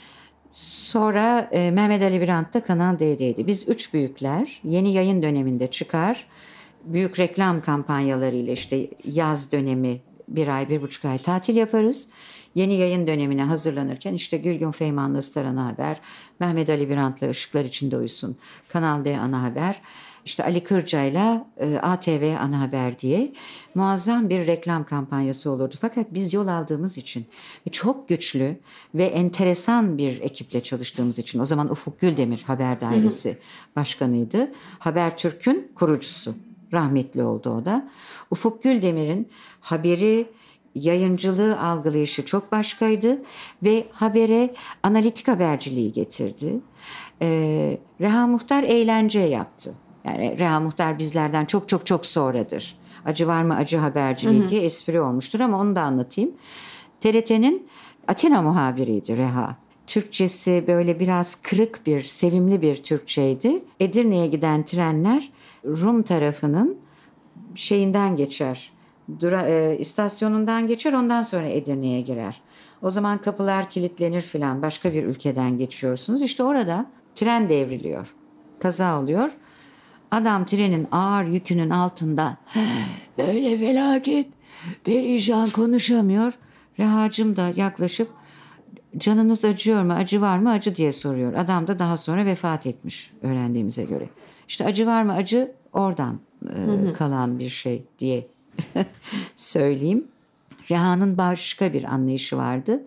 Sonra e, Mehmet Ali Birant da Kanal D'deydi. Biz üç büyükler yeni yayın döneminde çıkar. Büyük reklam kampanyalarıyla işte yaz dönemi bir ay, bir buçuk ay tatil yaparız. Yeni yayın dönemine hazırlanırken işte Gülgün Feyman'la Star Ana Haber, Mehmet Ali Birant'la Işıklar İçinde Uyusun, Kanal D Ana Haber, işte Ali Kırca'yla e, A T V Ana Haber diye muazzam bir reklam kampanyası olurdu. Fakat biz yol aldığımız için ve çok güçlü ve enteresan bir ekiple çalıştığımız için, o zaman Ufuk Güldemir Haber Dairesi hı hı. başkanıydı. Habertürk'ün kurucusu. Rahmetli oldu o da. Ufuk Güldemir'in haberi, yayıncılığı algılayışı çok başkaydı ve habere analitik haberciliği getirdi. Ee, Reha Muhtar eğlence yaptı. Yani Reha Muhtar bizlerden çok çok çok sonradır. Acı var mı acı haberciliği hı hı. diye espri olmuştur ama onu da anlatayım. T R T'nin Atina muhabiriydi Reha. Türkçesi böyle biraz kırık bir, sevimli bir Türkçeydi. Edirne'ye giden trenler Rum tarafının şeyinden geçer. Dura, e, istasyonundan geçer, ondan sonra Edirne'ye girer. O zaman kapılar kilitlenir filan, başka bir ülkeden geçiyorsunuz. İşte orada tren devriliyor. Kaza oluyor. Adam trenin ağır yükünün altında böyle felaket perişan konuşamıyor. Rehacım da yaklaşıp canınız acıyor mu, acı var mı, acı diye soruyor. Adam da daha sonra vefat etmiş öğrendiğimize göre. İşte acı var mı, acı oradan e, hı hı. kalan bir şey diye söyleyeyim. Reha'nın başka bir anlayışı vardı.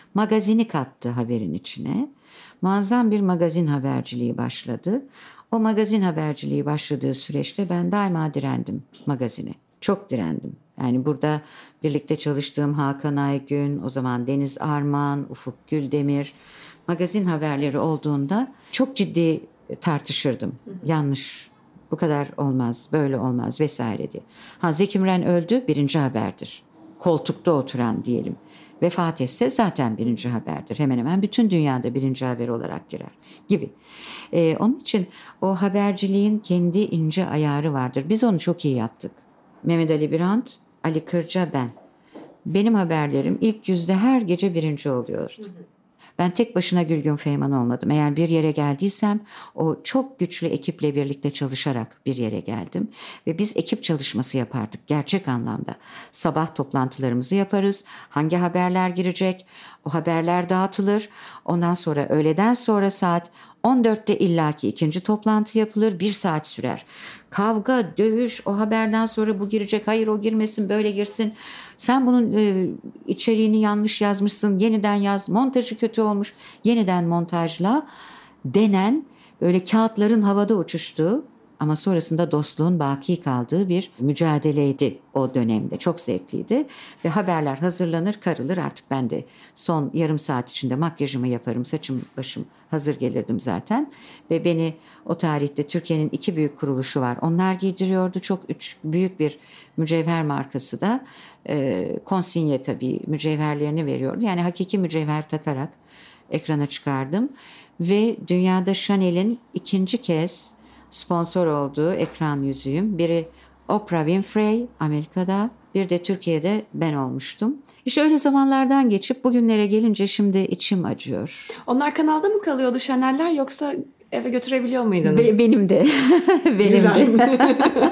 magazini kattı haberin içine. Muazzam bir magazin haberciliği başladı. O magazin haberciliği başladığı süreçte ben daima direndim magazine. Çok direndim. Yani burada birlikte çalıştığım Hakan Aygün, o zaman Deniz Arman, Ufuk Güldemir, magazin haberleri olduğunda çok ciddi tartışırdım. Yanlış, bu kadar olmaz, böyle olmaz vesaire diye. Ha, Zeki Müren öldü, birinci haberdir. Koltukta oturan diyelim. Vefat etse zaten birinci haberdir. Hemen hemen bütün dünyada birinci haber olarak girer gibi. Ee, onun için o haberciliğin kendi ince ayarı vardır. Biz onu çok iyi yaptık. Mehmet Ali Birant, Ali Kırca, ben. Benim haberlerim ilk yüzde her gece birinci oluyordu. Hı hı. Ben tek başına Gülgün Feyman olmadım. Eğer bir yere geldiysem o çok güçlü ekiple birlikte çalışarak bir yere geldim. Ve biz ekip çalışması yapardık gerçek anlamda. Sabah toplantılarımızı yaparız. Hangi haberler girecek? O haberler dağıtılır. Ondan sonra öğleden sonra saat on dörtte illaki ikinci toplantı yapılır. Bir saat sürer. Kavga, dövüş, o haberden sonra bu girecek, hayır o girmesin, böyle girsin. Sen bunun e, içeriğini yanlış yazmışsın, yeniden yaz, montajı kötü olmuş, yeniden montajla denen böyle kağıtların havada uçuştuğu ama sonrasında dostluğun baki kaldığı bir mücadeleydi o dönemde. Çok zevkliydi ve haberler hazırlanır, karılır. Artık ben de son yarım saat içinde makyajımı yaparım, saçım başım hazır gelirdim zaten. Ve beni o tarihte Türkiye'nin iki büyük kuruluşu var. Onlar giydiriyordu. Çok üç, büyük bir mücevher markası da e, konsinye tabii mücevherlerini veriyordu. Yani hakiki mücevher takarak ekrana çıkardım. Ve dünyada Chanel'in ikinci kez sponsor olduğu ekran yüzüğüm. Biri Oprah Winfrey Amerika'da, bir de Türkiye'de ben olmuştum. İşte öyle zamanlardan geçip bugünlere gelince şimdi içim acıyor. Onlar kanalda mı kalıyordu Chanel'ler yoksa eve götürebiliyor muydunuz? Be- benim de. benim de.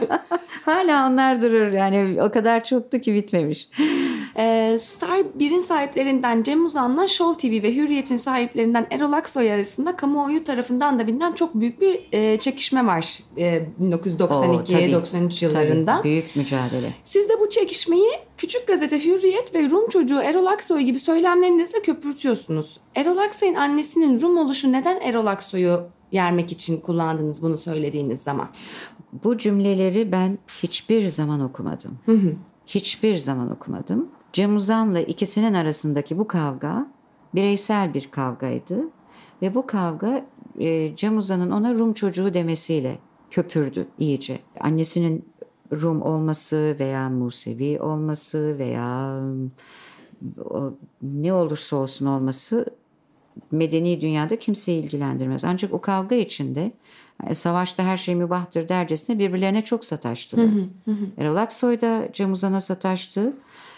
Hala onlar durur yani, o kadar çoktu ki bitmemiş. Ee, Star bir'in sahiplerinden Cem Uzan'la Show T V ve Hürriyet'in sahiplerinden Erol Aksoy arasında kamuoyu tarafından da bilinen çok büyük bir e, çekişme var e, bin dokuz yüz doksan iki doksan üç yıllarında. Tabii, büyük mücadele. Siz de bu çekişmeyi küçük gazete Hürriyet ve Rum çocuğu Erol Aksoy gibi söylemlerinizle köpürtüyorsunuz. Erol Aksoy'un annesinin Rum oluşu neden Erol Aksoy'u yermek için kullandınız bunu söylediğiniz zaman? Bu cümleleri ben hiçbir zaman okumadım. Hı hı. Hiçbir zaman okumadım. Cem Uzan'la ikisinin arasındaki bu kavga bireysel bir kavgaydı. Ve bu kavga e, Cem Uzan'ın ona Rum çocuğu demesiyle köpürdü iyice. Annesinin Rum olması veya Musevi olması veya o, ne olursa olsun olması medeni dünyada kimseyi ilgilendirmez. Ancak o kavga içinde yani savaşta her şey mübahtır dercesine birbirlerine çok sataştılar. Hı hı, hı. Erol Aksoy da Cem Uzan'a sataştı.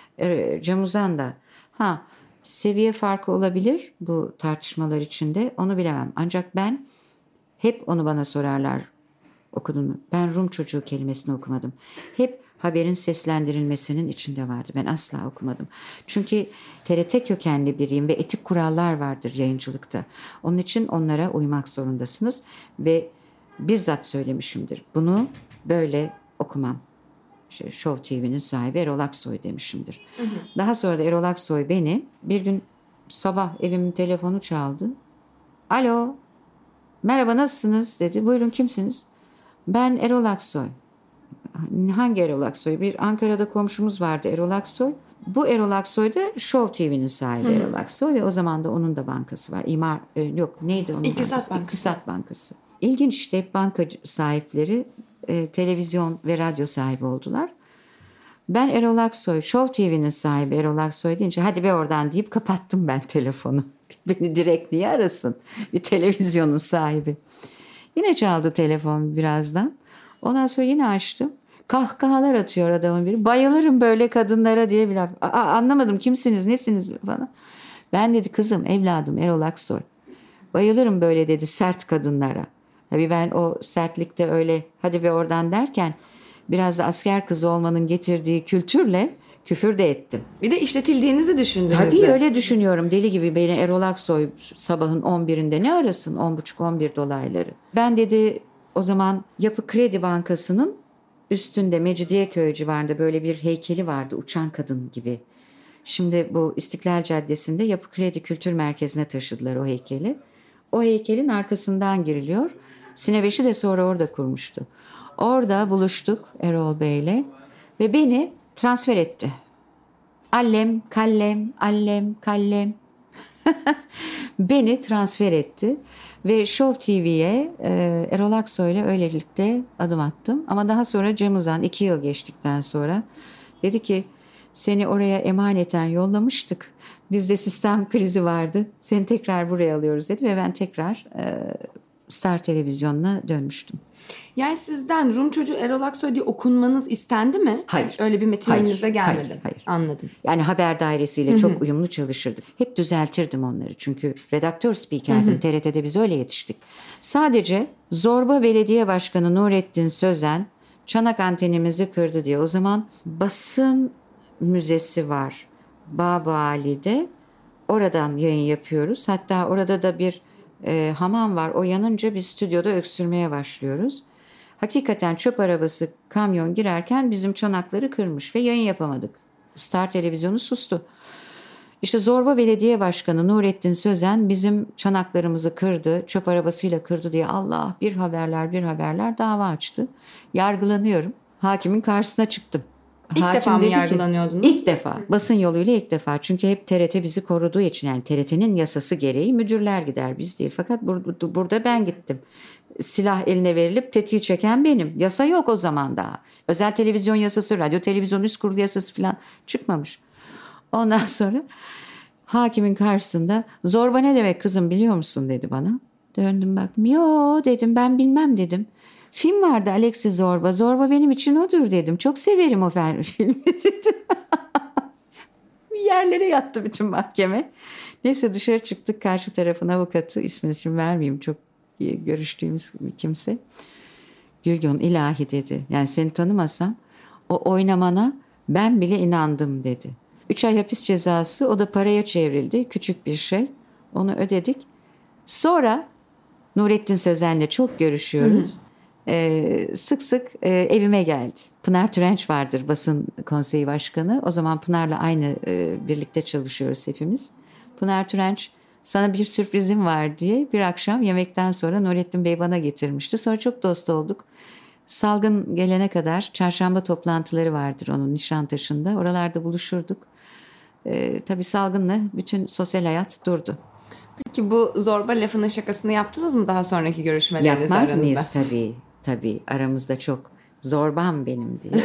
Cem Uzan da. Ha, seviye farkı olabilir bu tartışmalar içinde, onu bilemem. Ancak ben hep, onu bana sorarlar okudun mu? Ben Rum çocuğu kelimesini okumadım. Hep haberin seslendirilmesinin içinde vardı. Ben asla okumadım. Çünkü T R T kökenli biriyim ve etik kurallar vardır yayıncılıkta. Onun için onlara uymak zorundasınız ve bizzat söylemişimdir. Bunu böyle okumam. İşte Show T V'nin sahibi Erol Aksoy demişimdir. Hı hı. Daha sonra da Erol Aksoy beni bir gün sabah evimin telefonu çaldı. Alo, merhaba nasılsınız dedi. Buyurun kimsiniz? Ben Erol Aksoy. Hangi Erol Aksoy? Bir Ankara'da komşumuz vardı Erol Aksoy. Bu Erol Aksoy da Show T V'nin sahibi hı. Erol Aksoy ve o zaman da onun da bankası var. İmar, yok neydi onun İktisat bankası? Bankası. İktisat Bankası. İlginç işte, banka sahipleri e, televizyon ve radyo sahibi oldular. Ben Erol Aksoy, Show T V'nin sahibi Erol Aksoy deyince hadi be oradan deyip kapattım ben telefonu. Beni direkt niye arasın? Bir televizyonun sahibi. Yine çaldı telefon birazdan. Ondan sonra yine açtım. Kahkahalar atıyor adamın biri. Bayılırım böyle kadınlara diye bir laf. Aa, anlamadım kimsiniz nesiniz falan. Ben dedi kızım evladım Erol Aksoy. Bayılırım böyle dedi sert kadınlara. Tabii ben o sertlikte öyle hadi be oradan derken biraz da asker kızı olmanın getirdiği kültürle küfür de ettim. Bir de işletildiğinizi düşündünüz. Tabii öyle düşünüyorum. Deli gibi beni Erol Aksoy sabahın on birinde ne arasın? on buçuk on bir dolayları. Ben dedi o zaman Yapı Kredi Bankası'nın üstünde Mecidiyeköy civarında böyle bir heykeli vardı. Uçan kadın gibi. Şimdi bu İstiklal Caddesi'nde Yapı Kredi Kültür Merkezi'ne taşıdılar o heykeli. O heykelin arkasından giriliyor. Sinebeş'i de sonra orada kurmuştu. Orada buluştuk Erol Bey'le ve beni transfer etti. Allem, kallem, allem, kallem. Beni transfer etti. Ve Show T V'ye e, Erol Aksoy'la öylelikle adım attım. Ama daha sonra Cem Uzan iki yıl geçtikten sonra dedi ki seni oraya emaneten yollamıştık. Bizde sistem krizi vardı. Seni tekrar buraya alıyoruz dedi ve ben tekrar e, Star Televizyon'una dönmüştüm. Yani sizden Rum çocuğu Erol Aksoy diye okunmanız istendi mi? Hayır. Öyle bir metin hayır, önünüze gelmedi. Hayır, hayır. Anladım. Yani haber dairesiyle çok uyumlu çalışırdık. Hep düzeltirdim onları. Çünkü redaktör spikerdim. T R T'de biz öyle yetiştik. Sadece Zorba Belediye Başkanı Nurettin Sözen çanak antenimizi kırdı diye. O zaman basın müzesi var Baba Ali'de. Oradan yayın yapıyoruz. Hatta orada da bir e, hamam var. O yanınca biz stüdyoda öksürmeye başlıyoruz. Hakikaten çöp arabası kamyon girerken bizim çanakları kırmış ve yayın yapamadık. Star Televizyonu sustu. İşte Zorba Belediye Başkanı Nurettin Sözen bizim çanaklarımızı kırdı, çöp arabasıyla kırdı diye Allah bir haberler bir haberler dava açtı. Yargılanıyorum. Hakimin karşısına çıktım. İlk Hakim defa mı dedi ki, yargılanıyordunuz? İlk defa. Basın yoluyla ilk defa. Çünkü hep T R T bizi koruduğu için yani T R T'nin yasası gereği müdürler gider biz değil. Fakat bur- burada ben gittim. Silah eline verilip tetiği çeken benim. Yasa yok o zaman daha. Özel televizyon yasası, radyo televizyon üst kurulu yasası falan çıkmamış. Ondan sonra hakimin karşısında zorba ne demek kızım biliyor musun dedi bana. Döndüm baktım. Yo dedim ben bilmem dedim. Film vardı Alexi Zorba. Zorba benim için odur dedim. Çok severim o filmi dedim. Yerlere yattı bütün mahkeme. Neyse dışarı çıktık. Karşı tarafın avukatı ismini şimdi vermeyeyim çok görüştüğümüz bir kimse. Gülgün ilahi dedi. Yani seni tanımasam o oynamana ben bile inandım dedi. Üç ay hapis cezası o da paraya çevrildi. Küçük bir şey. Onu ödedik. Sonra Nurettin Sözen'le çok görüşüyoruz. Hı. Ee, sık sık e, evime geldi. Pınar Türenç vardır basın konseyi başkanı. O zaman Pınar'la aynı e, birlikte çalışıyoruz hepimiz. Pınar Türenç sana bir sürprizim var diye bir akşam yemekten sonra Nurettin Bey bana getirmişti. Sonra çok dost olduk. Salgın gelene kadar çarşamba toplantıları vardır onun Nişantaşı'nda. Oralarda buluşurduk. Ee, tabii salgınla bütün sosyal hayat durdu. Peki bu zorba lafının şakasını yaptınız mı daha sonraki görüşmeleriniz Yapmaz aranızda? mıyız tabii. Tabii aramızda çok zorbam benim diye.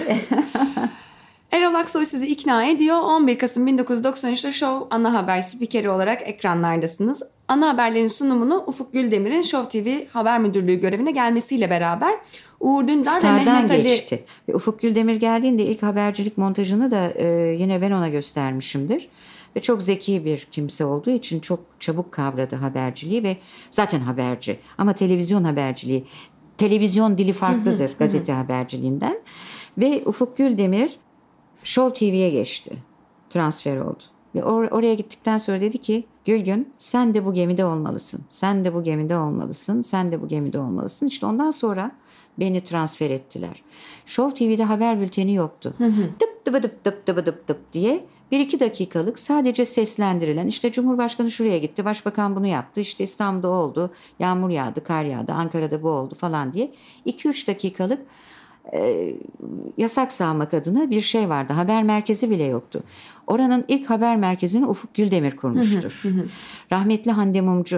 Erol Aksoy sizi ikna ediyor. on bir Kasım bin dokuz yüz doksan üçte Show ana haber spikeri olarak ekranlardasınız. Ana haberlerin sunumunu Ufuk Güldemir'in Show T V haber müdürlüğü görevine gelmesiyle beraber Uğur Dündar Star'dan ve Mehmet Ali... geçti. Ve Ufuk Güldemir geldiğinde ilk habercilik montajını da e, yine ben ona göstermişimdir. Ve çok zeki bir kimse olduğu için çok çabuk kavradı haberciliği ve zaten haberci. Ama televizyon haberciliği, televizyon dili farklıdır gazete haberciliğinden. Ve Ufuk Güldemir Show T V'ye geçti. Transfer oldu. Ve or- oraya gittikten sonra dedi ki Gülgün sen de bu gemide olmalısın. Sen de bu gemide olmalısın. Sen de bu gemide olmalısın. İşte ondan sonra beni transfer ettiler. Show T V'de haber bülteni yoktu. Dıp dıp dıp dıp dıp dıp dıp diye bir iki dakikalık sadece seslendirilen işte Cumhurbaşkanı şuraya gitti, Başbakan bunu yaptı, işte İstanbul'da oldu, yağmur yağdı, kar yağdı, Ankara'da bu oldu falan diye iki üç dakikalık e, yasak sağlamak adına bir şey vardı. Haber merkezi bile yoktu. Oranın ilk haber merkezini Ufuk Güldemir kurmuştur. Rahmetli Hande Mumcu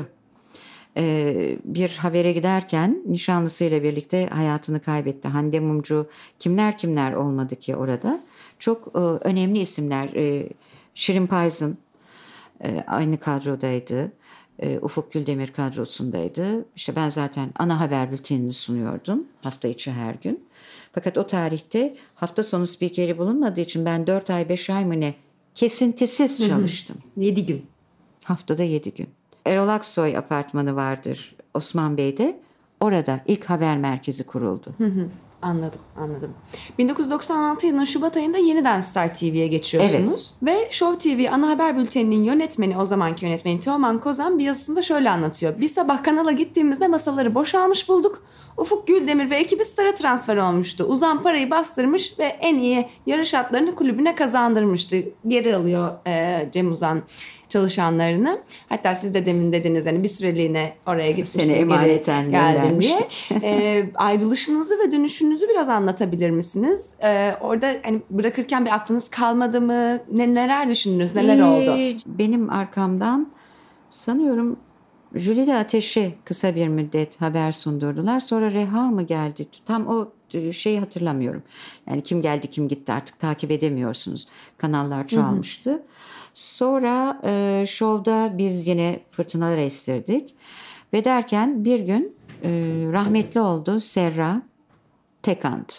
e, bir habere giderken nişanlısıyla birlikte hayatını kaybetti. Hande Mumcu kimler kimler olmadı ki orada. Çok e, önemli isimler. E, Şirin Payzın e, aynı kadrodaydı. E, Ufuk Güldemir kadrosundaydı. İşte ben zaten ana haber bültenini sunuyordum hafta içi her gün. Fakat o tarihte hafta sonu spikeri bulunmadığı için ben dört ay beş ay mı ne kesintisiz çalıştım. yedi gün. Haftada yedi gün. Erol Aksoy apartmanı vardır Osman Bey'de. Orada ilk haber merkezi kuruldu. Hı hı. Anladım, anladım. bin dokuz yüz doksan altı yılının Şubat ayında yeniden Star T V'ye geçiyorsunuz. Evet. Ve Show T V ana haber bülteninin yönetmeni, o zamanki yönetmeni Teoman Kozan bir yazısında şöyle anlatıyor. Bir sabah kanala gittiğimizde masaları boşalmış bulduk. Ufuk Güldemir ve ekibi Star'a transfer olmuştu. Uzan parayı bastırmış ve en iyi yarış atlarını kulübüne kazandırmıştı. Geri alıyor e, Cem Uzan çalışanlarını. Hatta siz de demin dediniz hani bir süreliğine oraya gitmiştim. Seni emaneten geldim diye. e, ayrılışınızı ve dönüşünüzü biraz anlatabilir misiniz? E, orada hani bırakırken bir aklınız kalmadı mı? Ne, neler düşündünüz? Neler ee, oldu? Benim arkamdan sanıyorum Jülide Ateş'e kısa bir müddet haber sundurdular. Sonra Reha mı geldi? Tam o şeyi hatırlamıyorum. Yani kim geldi kim gitti artık takip edemiyorsunuz. Kanallar çoğalmıştı. Hı hı. Sonra e, şovda biz yine fırtınalar estirdik. Ve derken bir gün e, rahmetli oldu Serra Tekant.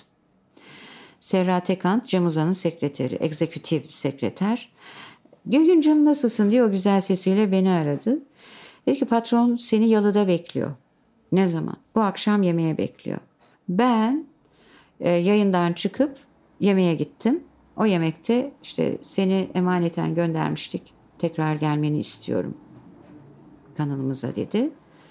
Serra Tekant, Cem Uzan'ın sekreteri, egzekütif sekreter. Gülgüncüm nasılsın diye o güzel sesiyle beni aradı. Dedi ki patron seni yalıda bekliyor. Ne zaman? Bu akşam yemeğe bekliyor. Ben e, yayından çıkıp yemeğe gittim. O yemekte işte seni emaneten göndermiştik. Tekrar gelmeni istiyorum kanalımıza dedi.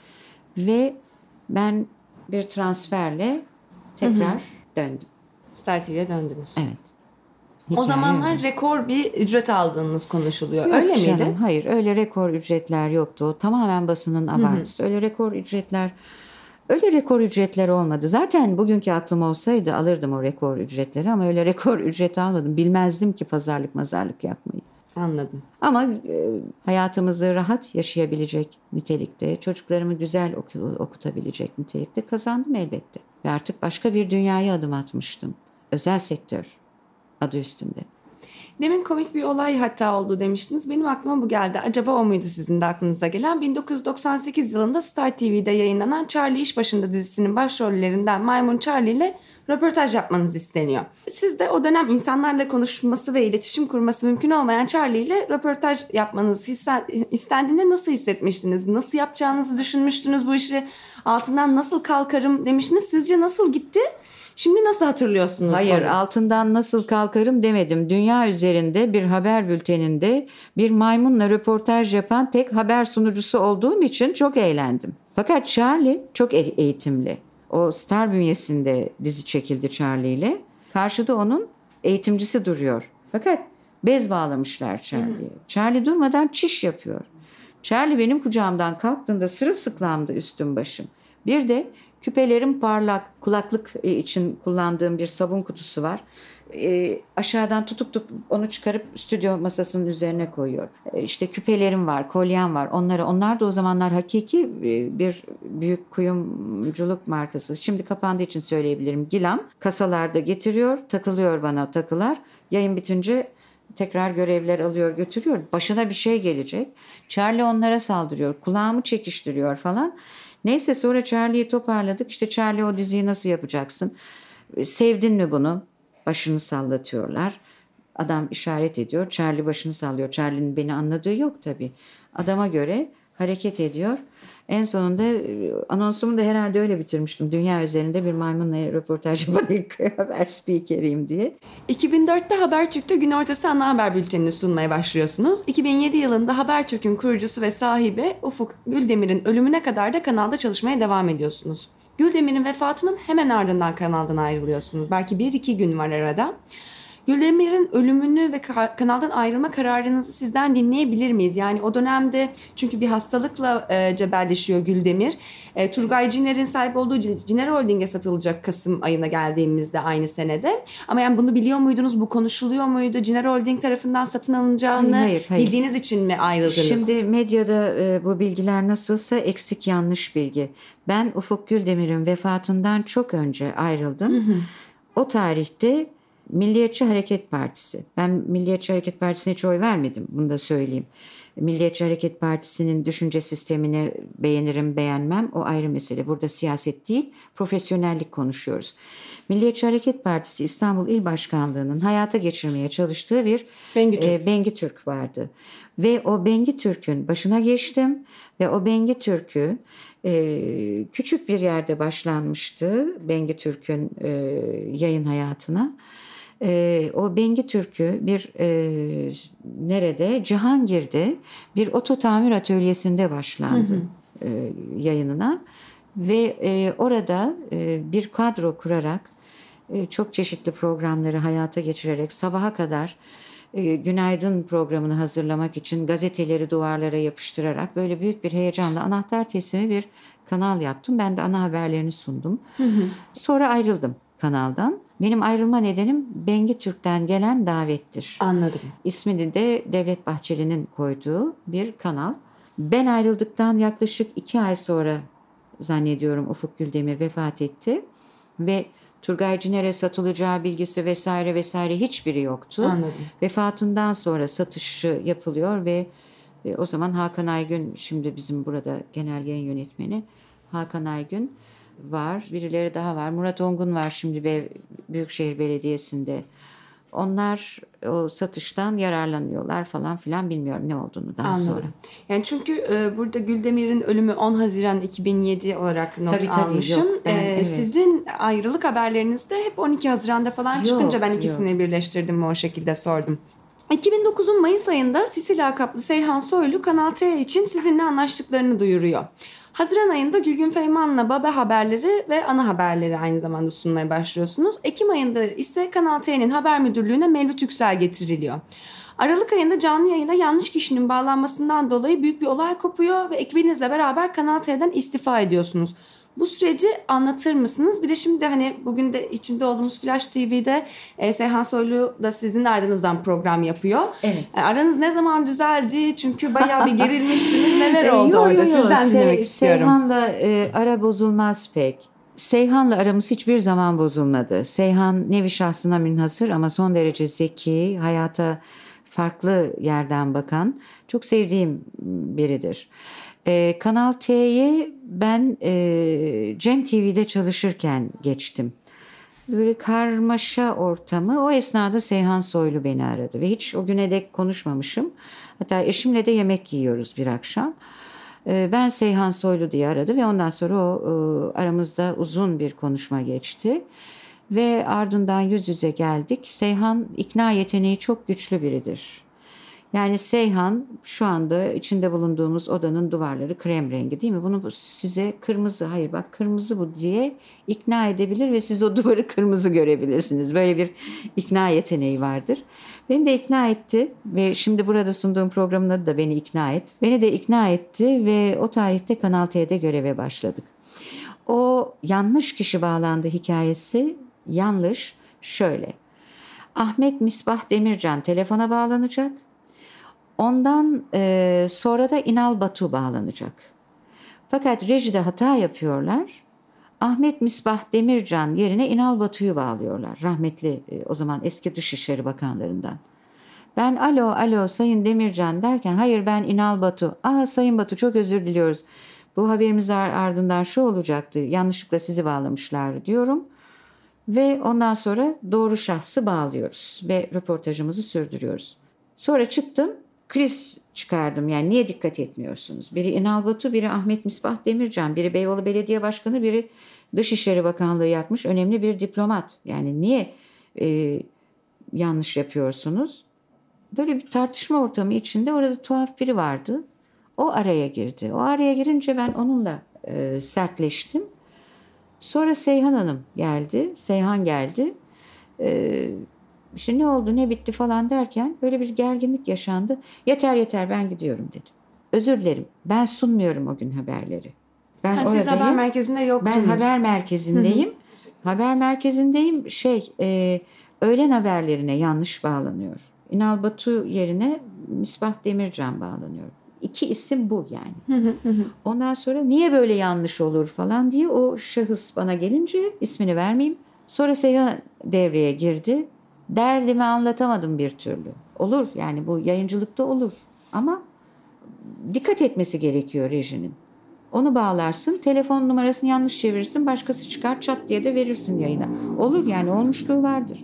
Ve ben bir transferle tekrar hı hı. döndüm. Star T V'ye döndünüz. Evet. Hikaye o zamanlar mi? Rekor bir ücret aldığınız konuşuluyor. Yok öyle canım, miydi? Hayır, öyle rekor ücretler yoktu. Tamamen basının abartısı. Hı hı. Öyle rekor ücretler Öyle rekor ücretler olmadı. Zaten bugünkü aklım olsaydı alırdım o rekor ücretleri ama öyle rekor ücret almadım. Bilmezdim ki pazarlık mazarlık yapmayı. Anladım. Ama e, hayatımızı rahat yaşayabilecek nitelikte, çocuklarımı güzel oku, okutabilecek nitelikte kazandım elbette. Ve artık başka bir dünyaya adım atmıştım. Özel sektör adı üstünde. Demin komik bir olay hatta oldu demiştiniz. Benim aklıma bu geldi. Acaba o muydu sizin de aklınıza gelen? bin dokuz yüz doksan sekiz yılında Star T V'de yayınlanan Charlie İş Başında dizisinin başrollerinden Maymun Charlie ile röportaj yapmanız isteniyor. Siz de o dönem insanlarla konuşması ve iletişim kurması mümkün olmayan Charlie ile röportaj yapmanız istendiğinde nasıl hissetmiştiniz? Nasıl yapacağınızı düşünmüştünüz bu işi? Altından nasıl kalkarım demiştiniz. Sizce nasıl gitti? Şimdi nasıl hatırlıyorsunuz? Hayır, onu? Altından nasıl kalkarım demedim. Dünya üzerinde bir haber bülteninde bir maymunla röportaj yapan tek haber sunucusu olduğum için çok eğlendim. Fakat Charlie çok eğitimli. O Star bünyesinde dizi çekildi Charlie ile. Karşıda onun eğitimcisi duruyor. Fakat bez bağlamışlar Charlie'ye. Charlie durmadan çiş yapıyor. Charlie benim kucağımdan kalktığında sırılsıklamdı üstüm başım. Bir de küpelerim parlak, kulaklık için kullandığım bir sabun kutusu var. E, aşağıdan tutup tutup onu çıkarıp stüdyo masasının üzerine koyuyor. E, işte küpelerim var, kolyem var. Onları, onlar da o zamanlar hakiki bir büyük kuyumculuk markası. Şimdi kapandığı için söyleyebilirim. Gilan kasalarda getiriyor, takılıyor bana takılar. Yayın bitince tekrar görevler alıyor, götürüyor. Başına bir şey gelecek. Charlie onlara saldırıyor, kulağımı çekiştiriyor falan. Neyse sonra Charlie'yi toparladık. İşte Charlie o diziyi nasıl yapacaksın? Sevdin mi bunu? Başını sallatıyorlar. Adam işaret ediyor. Charlie başını sallıyor. Charlie'nin beni anladığı yok tabii. Adama göre hareket ediyor. En sonunda anonsumu da herhalde öyle bitirmiştim. Dünya üzerinde bir maymunla röportaj yapan ilk haber spikeriyim diye. iki bin dörtte Habertürk'te gün ortası ana haber bültenini sunmaya başlıyorsunuz. iki bin yedi yılında Habertürk'ün kurucusu ve sahibi Ufuk Güldemir'in ölümüne kadar da kanalda çalışmaya devam ediyorsunuz. Güldemir'in vefatının hemen ardından kanaldan ayrılıyorsunuz. Belki bir iki gün var arada. Güldemir'in ölümünü ve kanaldan ayrılma kararınızı sizden dinleyebilir miyiz? Yani o dönemde çünkü bir hastalıkla e, cebelleşiyor Güldemir. E, Turgay Ciner'in sahip olduğu Ciner Holding'e satılacak Kasım ayına geldiğimizde aynı senede. Ama yani bunu biliyor muydunuz? Bu konuşuluyor muydu? Ciner Holding tarafından satın alınacağını hayır, hayır. bildiğiniz için mi ayrıldınız? Şimdi medyada e, bu bilgiler nasılsa eksik yanlış bilgi. Ben Ufuk Güldemir'in vefatından çok önce ayrıldım. Hı hı. O tarihte Milliyetçi Hareket Partisi. Ben Milliyetçi Hareket Partisi'ne hiç oy vermedim. Bunu da söyleyeyim. Milliyetçi Hareket Partisi'nin düşünce sistemini beğenirim beğenmem o ayrı mesele. Burada siyaset değil profesyonellik konuşuyoruz. Milliyetçi Hareket Partisi İstanbul İl Başkanlığı'nın hayata geçirmeye çalıştığı bir Bengi Türk, e, Bengi Türk vardı. Ve o Bengi Türk'ün başına geçtim ve o Bengi Türk'ü Ee, küçük bir yerde başlanmıştı Bengi Türk'ün e, yayın hayatına. Ee, o Bengi Türk'ü bir e, nerede? Cihangir'de bir oto tamir atölyesinde başlandı hı hı. E, yayınına. Ve e, orada e, bir kadro kurarak e, çok çeşitli programları hayata geçirerek sabaha kadar e, Günaydın programını hazırlamak için gazeteleri duvarlara yapıştırarak böyle büyük bir heyecanla anahtar teslimi bir kanal yaptım. Ben de ana haberlerini sundum. Hı hı. Sonra ayrıldım kanaldan. Benim ayrılma nedenim Bengi Türk'ten gelen davettir. Anladım. İsmini de Devlet Bahçeli'nin koyduğu bir kanal. Ben ayrıldıktan yaklaşık iki ay sonra zannediyorum Ufuk Güldemir vefat etti ve Turgay Ciner'e satılacağı bilgisi vesaire vesaire hiçbiri yoktu. Anladım. Vefatından sonra satışı yapılıyor ve o zaman Hakan Aygün, şimdi bizim burada genel yayın yönetmeni Hakan Aygün var. Birileri daha var. Murat Ongun var şimdi ve Büyükşehir Belediyesi'nde. Onlar o satıştan yararlanıyorlar falan filan, bilmiyorum ne olduğunu daha Anladım. sonra. Yani çünkü e, burada Güldemir'in ölümü on Haziran iki bin yedi olarak not tabii, tabii, almışım. Yok, ben, e, evet. Sizin ayrılık haberlerinizde hep on iki Haziran'da falan Yok, çıkınca ben ikisini yok. birleştirdim ve o şekilde sordum. iki bin dokuzun Mayıs ayında Sisi lakaplı Seyhan Soylu Kanal T için sizinle anlaştıklarını duyuruyor. Haziran ayında Gülgün Feyman'la Baba Haberleri ve Ana Haberleri aynı zamanda sunmaya başlıyorsunuz. Ekim ayında ise Kanal T'nin haber müdürlüğüne Mevlüt Yüksel getiriliyor. Aralık ayında canlı yayına yanlış kişinin bağlanmasından dolayı büyük bir olay kopuyor ve ekibinizle beraber Kanal T'den istifa ediyorsunuz. Bu süreci anlatır mısınız? Bir de şimdi hani bugün de içinde olduğumuz Flash T V'de e, Seyhan Soylu da sizin ardınızdan program yapıyor. Evet. E, aranız ne zaman düzeldi? Çünkü bayağı bir gerilmiştiniz. Neler oldu yo, orada? Yo, yo. Sizden Se- dinlemek istiyorum. Seyhan'la e, ara bozulmaz pek. Seyhan'la aramız hiçbir zaman bozulmadı. Seyhan nevi şahsına münhasır ama son derece zeki, hayata farklı yerden bakan, çok sevdiğim biridir. Ee, Kanal T'ye ben e, Cem T V'de çalışırken geçtim. Böyle karmaşa ortamı, o esnada Seyhan Soylu beni aradı ve hiç o güne dek konuşmamışım. Hatta eşimle de yemek yiyoruz bir akşam. Ee, ben Seyhan Soylu diye aradı ve ondan sonra o e, aramızda uzun bir konuşma geçti. Ve ardından yüz yüze geldik. Seyhan ikna yeteneği çok güçlü biridir. Yani Seyhan şu anda içinde bulunduğumuz odanın duvarları krem rengi değil mi? Bunu size kırmızı, hayır bak kırmızı bu diye ikna edebilir ve siz o duvarı kırmızı görebilirsiniz. Böyle bir ikna yeteneği vardır. Beni de ikna etti ve şimdi burada sunduğum programın adı da Beni İkna Et. Beni de ikna etti ve o tarihte Kanal T'de göreve başladık. O yanlış kişi bağlandı hikayesi yanlış şöyle. Ahmet Misbah Demircan telefona bağlanacak. Ondan e, sonra da İnal Batu bağlanacak. Fakat rejide hata yapıyorlar. Ahmet Misbah Demircan yerine İnal Batu'yu bağlıyorlar. Rahmetli e, o zaman eski Dışişleri Bakanlarından. Ben alo alo Sayın Demircan derken hayır ben İnal Batu. Aa Sayın Batu çok özür diliyoruz. Bu haberimiz ardından şu olacaktı. Yanlışlıkla sizi bağlamışlar diyorum. Ve ondan sonra doğru şahsı bağlıyoruz ve röportajımızı sürdürüyoruz. Sonra çıktım. Kriz çıkardım, yani niye dikkat etmiyorsunuz? Biri İnal Batu, biri Ahmet Misbah Demircan, biri Beyoğlu Belediye Başkanı, biri Dışişleri Bakanlığı yapmış önemli bir diplomat. Yani niye e, yanlış yapıyorsunuz? Böyle bir tartışma ortamı içinde orada tuhaf biri vardı. O araya girdi. O araya girince ben onunla e, sertleştim. Sonra Seyhan Hanım geldi, Seyhan geldi. E, İşte ne oldu ne bitti falan derken böyle bir gerginlik yaşandı. Yeter yeter ben gidiyorum dedim. Özür dilerim ben sunmuyorum o gün haberleri. Ben ha, siz haber merkezinde yoktunuz. Ben haber merkezindeyim. haber merkezindeyim şey e, öğlen haberlerine yanlış bağlanıyor. İnal Batu yerine Misbah Demircan bağlanıyor. İki isim bu yani. Ondan sonra niye böyle yanlış olur falan diye o şahıs bana gelince ismini vermeyeyim. Sonra Seyhan devreye girdi. Derdimi anlatamadım bir türlü. Olur yani bu yayıncılıkta olur. Ama dikkat etmesi gerekiyor rejinin. Onu bağlarsın, telefon numarasını yanlış çevirirsin, başkası çıkar çat diye de verirsin yayına. Olur yani olmuşluğu vardır.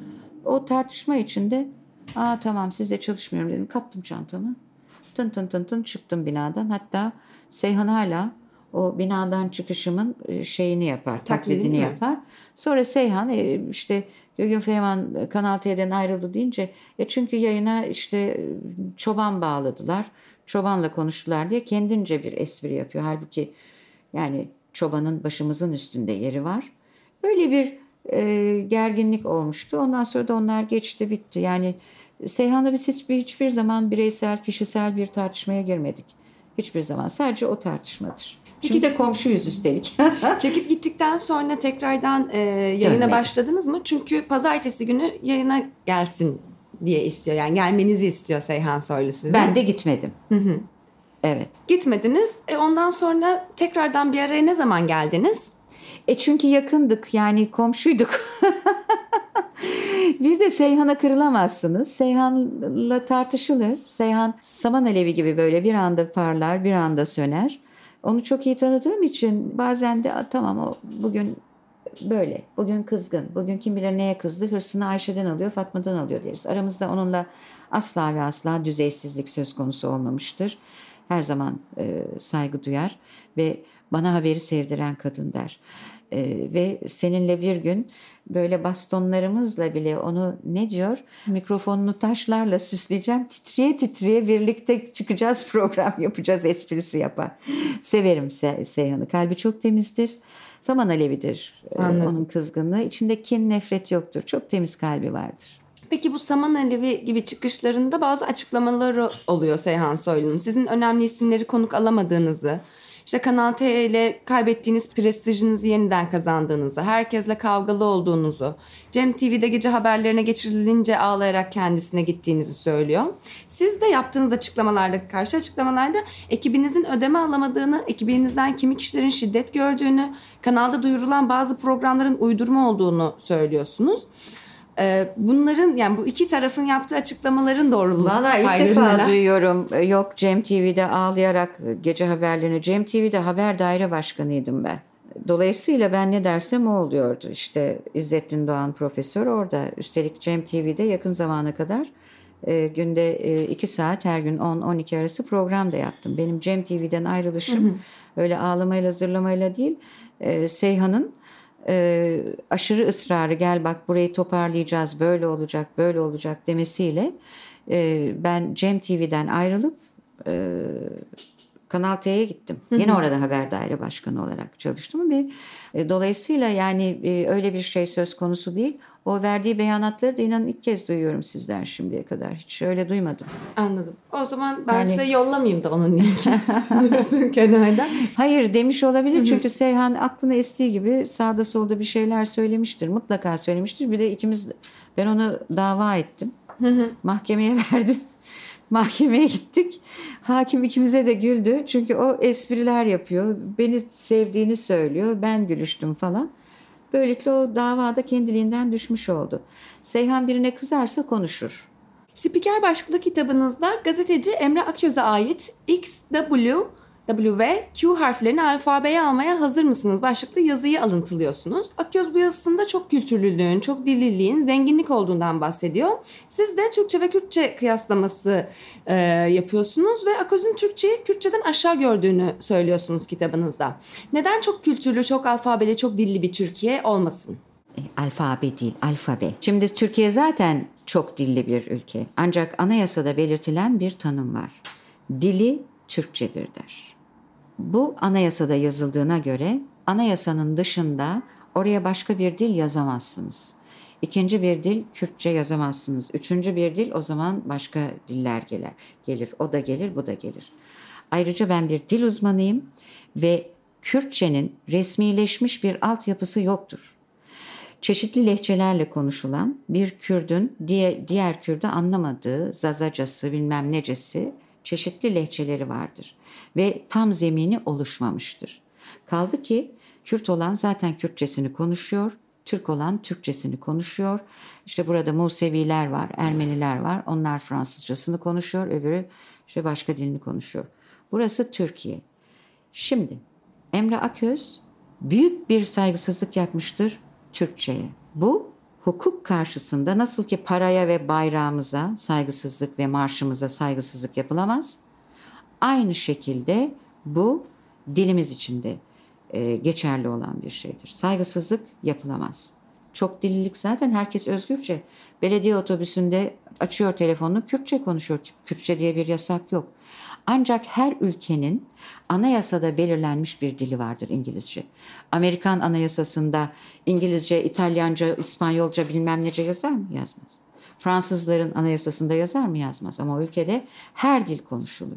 O tartışma içinde aa tamam sizle çalışmıyorum dedim. Kaptım çantamı. Tın tın tın tın çıktım binadan. Hatta Seyhan hala o binadan çıkışımın şeyini yapar, Taklidini taklidini mi? yapar. Sonra Seyhan işte Gülgün Feyman Kanal T'den ayrıldı deyince ya çünkü yayına işte çoban bağladılar. Çobanla konuştular diye kendince bir espri yapıyor. Halbuki yani çobanın başımızın üstünde yeri var. Böyle bir e, gerginlik olmuştu. Ondan sonra da onlar geçti bitti. Yani Seyhan'la biz hiçbir, hiçbir zaman bireysel, kişisel bir tartışmaya girmedik. Hiçbir zaman. Sadece o tartışmadır. Şimdi de komşuyuz üstelik. Çekip gittikten sonra tekrardan e, yayına Dönmek. başladınız mı? Çünkü pazartesi günü yayına gelsin diye istiyor. Yani gelmenizi istiyor Seyhan Soylu sizin. Ben de gitmedim. Hı hı. Evet. Gitmediniz. E, ondan sonra tekrardan bir araya ne zaman geldiniz? E çünkü yakındık yani komşuyduk. Bir de Seyhan'a kırılamazsınız. Seyhan'la tartışılır. Seyhan saman alevi gibi böyle bir anda parlar, bir anda söner. Onu çok iyi tanıdığım için bazen de tamam o bugün böyle, bugün kızgın, bugün kim bilir neye kızdı, hırsını Ayşe'den alıyor, Fatma'dan alıyor deriz. Aramızda onunla asla ve asla düzeysizlik söz konusu olmamıştır. Her zaman e, saygı duyar ve bana haberi sevdiren kadın der. E, ve seninle bir gün böyle bastonlarımızla bile onu ne diyor? Mikrofonunu taşlarla süsleyeceğim, titriye titriye birlikte çıkacağız, program yapacağız esprisi yapar. Severim Se- Seyhan'ı. Kalbi çok temizdir. Zaman alevidir e, onun kızgınlığı. İçinde kin, nefret yoktur. Çok temiz kalbi vardır. Peki bu Saman Alevi gibi çıkışlarında bazı açıklamaları oluyor Seyhan Soylu'nun. Sizin önemli isimleri konuk alamadığınızı, işte Kanal T ile kaybettiğiniz prestijinizi yeniden kazandığınızı, herkesle kavgalı olduğunuzu, Cem T V'de gece haberlerine geçirilince ağlayarak kendisine gittiğinizi söylüyor. Siz de yaptığınız açıklamalarda, karşı açıklamalarda ekibinizin ödeme alamadığını, ekibinizden kimi kişilerin şiddet gördüğünü, kanalda duyurulan bazı programların uydurma olduğunu söylüyorsunuz. Bunların yani bu iki tarafın yaptığı açıklamaların doğruluğu. Valla ilk defa duyuyorum. Yok Cem T V'de ağlayarak gece haberlerini. Cem T V'de haber daire başkanıydım ben. Dolayısıyla ben ne dersem o oluyordu. İşte İzzettin Doğan profesör orada. Üstelik Cem T V'de yakın zamana kadar e, günde e, iki saat her gün on on iki arası program da yaptım. Benim Cem T V'den ayrılışım hı hı. öyle ağlamayla zırlamayla değil. E, Seyhan'ın e, aşırı ısrarı gel bak burayı toparlayacağız böyle olacak böyle olacak demesiyle e, ben Cem T V'den ayrılıp e, Kanal T'ye gittim. Hı hı. Yine orada haber daire başkanı olarak çalıştım ve e, dolayısıyla yani e, öyle bir şey söz konusu değil. O verdiği beyanatları da inanın ilk kez duyuyorum sizden şimdiye kadar. Hiç öyle duymadım. Anladım. O zaman ben yani... size yollamayayım da onun linkini. Dursun kenarda. Hayır demiş olabilir. Hı hı. Çünkü Seyhan aklına estiği gibi sağda solda bir şeyler söylemiştir. Mutlaka söylemiştir. Bir de ikimiz ben onu dava ettim. Hı hı. Mahkemeye verdim. Mahkemeye gittik. Hakim ikimize de güldü. Çünkü o espriler yapıyor. Beni sevdiğini söylüyor. Ben gülüştüm falan. Böylelikle o davada kendiliğinden düşmüş oldu. Seyhan birine kızarsa konuşur. Spiker başlıklı kitabınızda gazeteci Emre Akyöz'e ait X, W, W ve Q harflerini alfabeye almaya hazır mısınız başlıklı yazıyı alıntılıyorsunuz. Akyöz bu yazısında çok kültürlülüğün, çok dilliliğin, zenginlik olduğundan bahsediyor. Siz de Türkçe ve Kürtçe kıyaslaması e, yapıyorsunuz ve Akyöz'ün Türkçeyi Kürtçeden aşağı gördüğünü söylüyorsunuz kitabınızda. Neden çok kültürlü, çok alfabeli, çok dilli bir Türkiye olmasın? E, alfabe değil, alfabe. Şimdi Türkiye zaten çok dilli bir ülke. Ancak anayasada belirtilen bir tanım var. Dili Türkçedir der. Bu anayasada yazıldığına göre anayasanın dışında oraya başka bir dil yazamazsınız. İkinci bir dil Kürtçe yazamazsınız. Üçüncü bir dil o zaman başka diller gelir. gelir. O da gelir, bu da gelir. Ayrıca ben bir dil uzmanıyım ve Kürtçenin resmileşmiş bir altyapısı yoktur. Çeşitli lehçelerle konuşulan bir Kürdün diğer, diğer Kürdü anlamadığı Zazacası bilmem necesi çeşitli lehçeleri vardır ve tam zemini oluşmamıştır. Kaldı ki Kürt olan zaten Kürtçesini konuşuyor, Türk olan Türkçesini konuşuyor. İşte burada Museviler var, Ermeniler var, onlar Fransızcasını konuşuyor, öbürü işte başka dilini konuşuyor. Burası Türkiye. Şimdi Emre Aköz büyük bir saygısızlık yapmıştır Türkçe'ye. Bu hukuk karşısında nasıl ki paraya ve bayrağımıza saygısızlık ve marşımıza saygısızlık yapılamaz, aynı şekilde bu dilimiz içinde e, geçerli olan bir şeydir. Saygısızlık yapılamaz. Çok dililik zaten herkes özgürce. Belediye otobüsünde açıyor telefonunu, Kürtçe konuşuyor. Kürtçe diye bir yasak yok. Ancak her ülkenin anayasada belirlenmiş bir dili vardır İngilizce. Amerikan anayasasında İngilizce, İtalyanca, İspanyolca bilmem nece yazar mı? Yazmaz. Fransızların anayasasında yazar mı? Yazmaz. Ama o ülkede her dil konuşulur.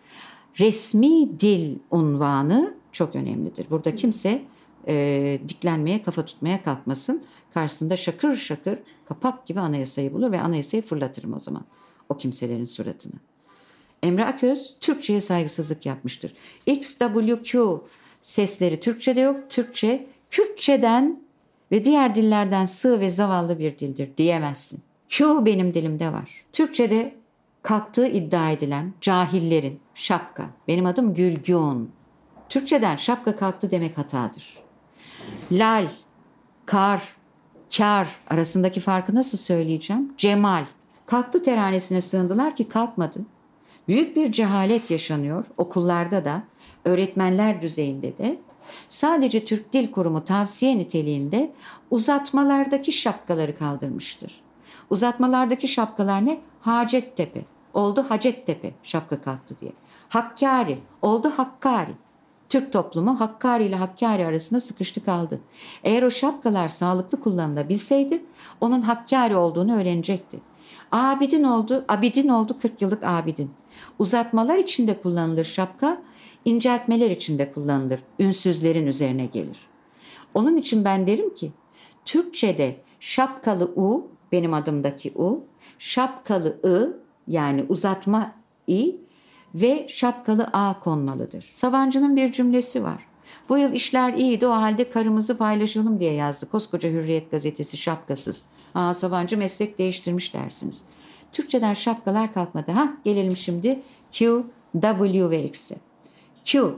Resmi dil unvanı çok önemlidir. Burada kimse e, diklenmeye, kafa tutmaya kalkmasın. Karşısında şakır şakır kapak gibi anayasayı bulur ve anayasayı fırlatırım o zaman o kimselerin suratına. Emre Aköz Türkçe'ye saygısızlık yapmıştır. X, W, Q sesleri Türkçe'de yok. Türkçe, Kürtçeden ve diğer dillerden sığ ve zavallı bir dildir diyemezsin. Q benim dilimde var. Türkçe'de kalktığı iddia edilen cahillerin şapka. Benim adım Gülgün. Türkçeden şapka kalktı demek hatadır. Lal, kar, kar arasındaki farkı nasıl söyleyeceğim? Cemal. Kalktı teranesine sığındılar ki kalkmadı. Büyük bir cehalet yaşanıyor okullarda da, öğretmenler düzeyinde de. Sadece Türk Dil Kurumu tavsiye niteliğinde uzatmalardaki şapkaları kaldırmıştır. Uzatmalardaki şapkalar ne? Hacettepe. Oldu Hacettepe şapka kalktı diye. Hakkari. Oldu Hakkari. Türk toplumu Hakkari ile Hakkari arasında sıkıştı kaldı. Eğer o şapkalar sağlıklı kullanılabilseydi onun Hakkari olduğunu öğrenecekti. Abidin oldu, abidin oldu kırk yıllık abidin. Uzatmalar içinde kullanılır şapka, inceltmeler içinde kullanılır. Ünsüzlerin üzerine gelir. Onun için ben derim ki Türkçe'de şapkalı U, benim adımdaki U, şapkalı I yani uzatma I ve şapkalı A konmalıdır. Sabancı'nın bir cümlesi var. Bu yıl işler iyiydi, o halde karımızı paylaşalım diye yazdı. Koskoca Hürriyet gazetesi şapkasız. Aa, Sabancı meslek değiştirmiş dersiniz. Türkçeden şapkalar kalkmadı. Ha, gelelim şimdi Q, W ve X'e. Q,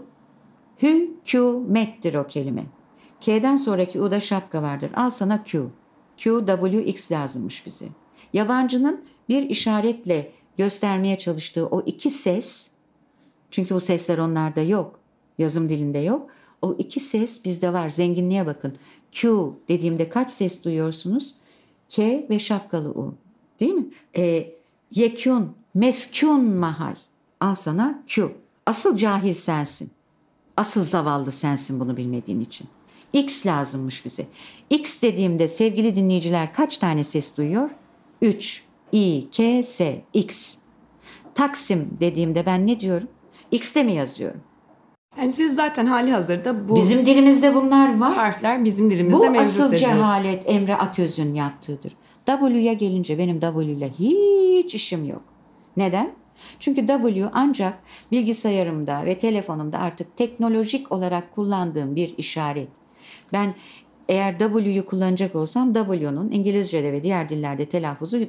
hükümettir o kelime. K'den sonraki U'da şapka vardır. Al sana Q. Q, W, X lazımmış bize. Yabancının bir işaretle göstermeye çalıştığı o iki ses, çünkü o sesler onlarda yok, yazım dilinde yok. O iki ses bizde var. Zenginliğe bakın. Q dediğimde kaç ses duyuyorsunuz? K ve şapkalı U. Değil mi? E, yekün, meskun mahal. Al sana Q. Asıl cahil sensin. Asıl zavallı sensin bunu bilmediğin için. X lazımmış bize. X dediğimde sevgili dinleyiciler kaç tane ses duyuyor? üç. İ, K, S, X. Taksim dediğimde ben ne diyorum? X'te mi yazıyorum? Yani siz zaten hali hazırda bu... Bizim dilimizde bunlar var. Harfler bizim dilimizde bu mevcut asıl dediniz. Cehalet Emre Aköz'ün yaptığıdır. W'ya gelince benim W ile hiç işim yok. Neden? Çünkü W ancak bilgisayarımda ve telefonumda artık teknolojik olarak kullandığım bir işaret. Ben eğer W'yu kullanacak olsam W'nun İngilizce'de ve diğer dillerde telaffuzu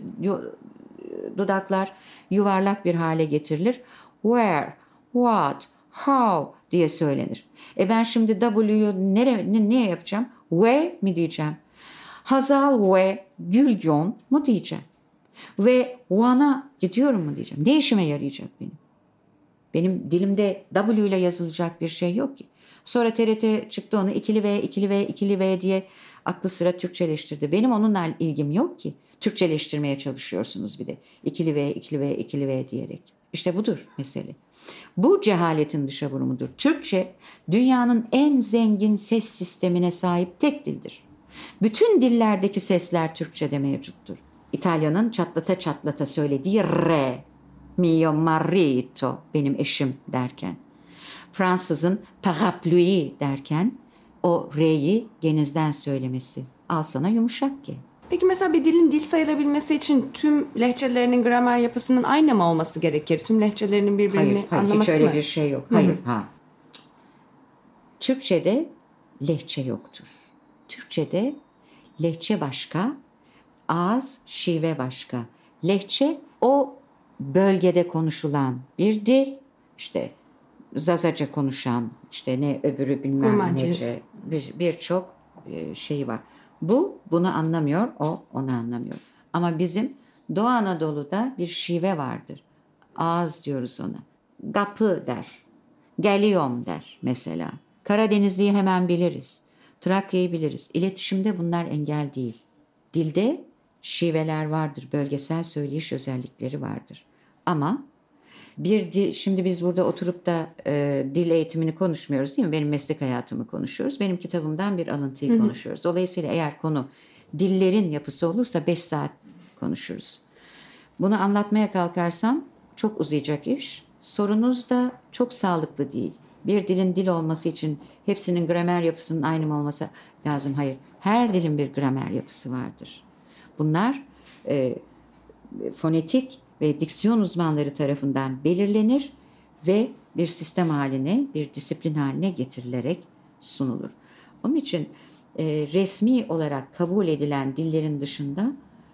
dudaklar yuvarlak bir hale getirilir. Where, what, how diye söylenir. E ben şimdi W'yu nere, ne, ne yapacağım? Ve mi diyeceğim? Hazal ve Gülgün mu diyeceğim? Ve Van'a gidiyorum mu diyeceğim? Ne işime yarayacak benim? Benim dilimde W ile yazılacak bir şey yok ki. Sonra T R T çıktı onu ikili V, ikili V, ikili V diye aklı sıra Türkçeleştirdi. Benim onunla ilgim yok ki. Türkçeleştirmeye çalışıyorsunuz bir de. İkili V, ikili V, ikili V diyerek. İşte budur mesele. Bu cehaletin dışa vurumudur. Türkçe dünyanın en zengin ses sistemine sahip tek dildir. Bütün dillerdeki sesler Türkçe'de mevcuttur. İtalya'nın çatlata çatlata söylediği re, mio marito, benim eşim derken. Fransızın parapluie derken o re'yi genizden söylemesi. Al sana yumuşak G. Peki mesela bir dilin dil sayılabilmesi için tüm lehçelerinin gramer yapısının aynı mı olması gerekir? Tüm lehçelerinin birbirini hayır, hayır, anlaması mı? Hiç öyle bir şey yok. Hayır. Hı-hı. Ha. Türkçe'de lehçe yoktur. Türkçe'de lehçe başka, ağız, şive başka. Lehçe o bölgede konuşulan bir dil. İşte Zazaca konuşan, işte ne öbürü bilmem nece, birçok bir şey var. Bu bunu anlamıyor, o onu anlamıyor. Ama bizim Doğu Anadolu'da bir şive vardır. Ağız diyoruz ona. Gapı der. Geliyorum der mesela. Karadenizli'yi hemen biliriz. Trakya'yı biliriz. İletişimde bunlar engel değil. Dilde şiveler vardır, bölgesel söyleyiş özellikleri vardır. Ama bir dil, şimdi biz burada oturup da e, dil eğitimini konuşmuyoruz değil mi? Benim meslek hayatımı konuşuyoruz. Benim kitabımdan bir alıntıyı Hı-hı. konuşuyoruz. Dolayısıyla eğer konu dillerin yapısı olursa beş saat konuşuruz. Bunu anlatmaya kalkarsam çok uzayacak iş. Sorunuz da çok sağlıklı değil. Bir dilin dil olması için hepsinin gramer yapısının aynı mı olması lazım? Hayır. Her dilin bir gramer yapısı vardır. Bunlar e, fonetik ve diksiyon uzmanları tarafından belirlenir ve bir sistem haline, bir disiplin haline getirilerek sunulur. Onun için e, resmi olarak kabul edilen dillerin dışında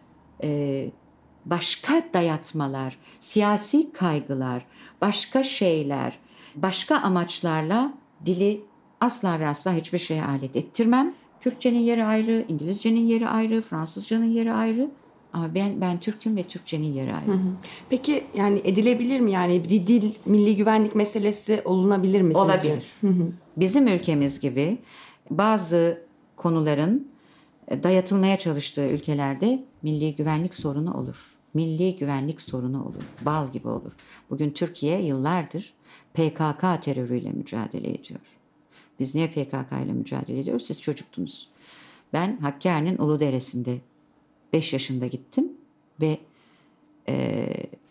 e, başka dayatmalar, siyasi kaygılar, başka şeyler, başka amaçlarla dili asla ve asla hiçbir şeye alet ettirmem. Kürtçenin yeri ayrı, İngilizcenin yeri ayrı, Fransızcanın yeri ayrı. Ama ben ben Türk'üm ve Türkçenin yeri ayrı. Hı hı. Peki yani edilebilir mi? Yani bir dil, milli güvenlik meselesi olunabilir mi sizce? Olabilir. Hı hı. Bizim ülkemiz gibi bazı konuların dayatılmaya çalıştığı ülkelerde milli güvenlik sorunu olur. Milli güvenlik sorunu olur. Bal gibi olur. Bugün Türkiye yıllardır P K K terörüyle mücadele ediyor. Biz niye P K K ile mücadele ediyoruz? Siz çocuktunuz. Ben Hakkari'nin Uludere'sinde beş yaşında gittim ve e,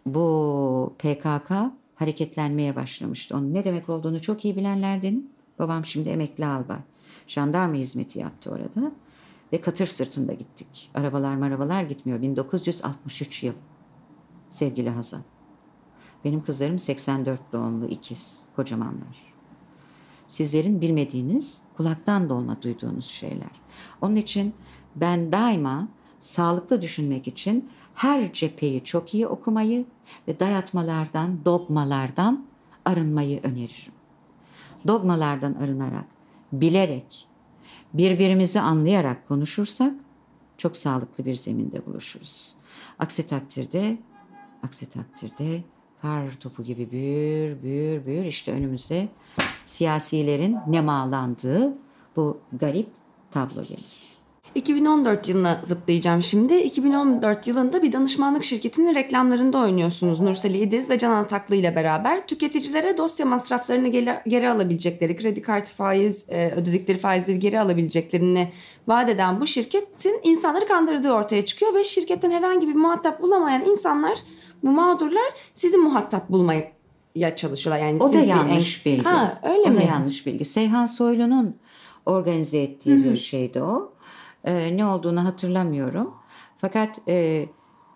bu P K K hareketlenmeye başlamıştı. Onun ne demek olduğunu çok iyi bilenlerdenim. Babam şimdi emekli albay. Jandarma hizmeti yaptı orada ve katır sırtında gittik. Arabalar marabalar gitmiyor. bin dokuz yüz altmış üç yıl sevgili Hazan. Benim kızlarım seksen dört doğumlu ikiz, kocamanlar. Sizlerin bilmediğiniz, kulaktan dolma duyduğunuz şeyler. Onun için ben daima sağlıklı düşünmek için her cepheyi çok iyi okumayı ve dayatmalardan, dogmalardan arınmayı öneririm. Dogmalardan arınarak, bilerek, birbirimizi anlayarak konuşursak çok sağlıklı bir zeminde buluşuruz. Aksi takdirde, aksi takdirde kar topu gibi büyür, büyür, büyür. İşte önümüzde siyasilerin nemalandığı bu garip tablo gelir. iki bin on dört yılına zıplayacağım şimdi. iki bin on dört yılında bir danışmanlık şirketinin reklamlarında oynuyorsunuz Nursel İdiz ve Can Ataklı ile beraber. Tüketicilere dosya masraflarını geri, geri alabilecekleri, kredi kartı faiz, e, ödedikleri faizleri geri alabileceklerini vaat eden bu şirketin insanları kandırdığı ortaya çıkıyor ve şirketten herhangi bir muhatap bulamayan insanlar, bu mağdurlar sizi muhatap bulmaya çalışıyorlar. Yani o siz da yanlış bir en... bilgi. Ha, öyle o mi? da yanlış bilgi. Seyhan Soylu'nun organize ettiği Hı-hı. bir şeydi o. Ee, ne olduğunu hatırlamıyorum. Fakat e,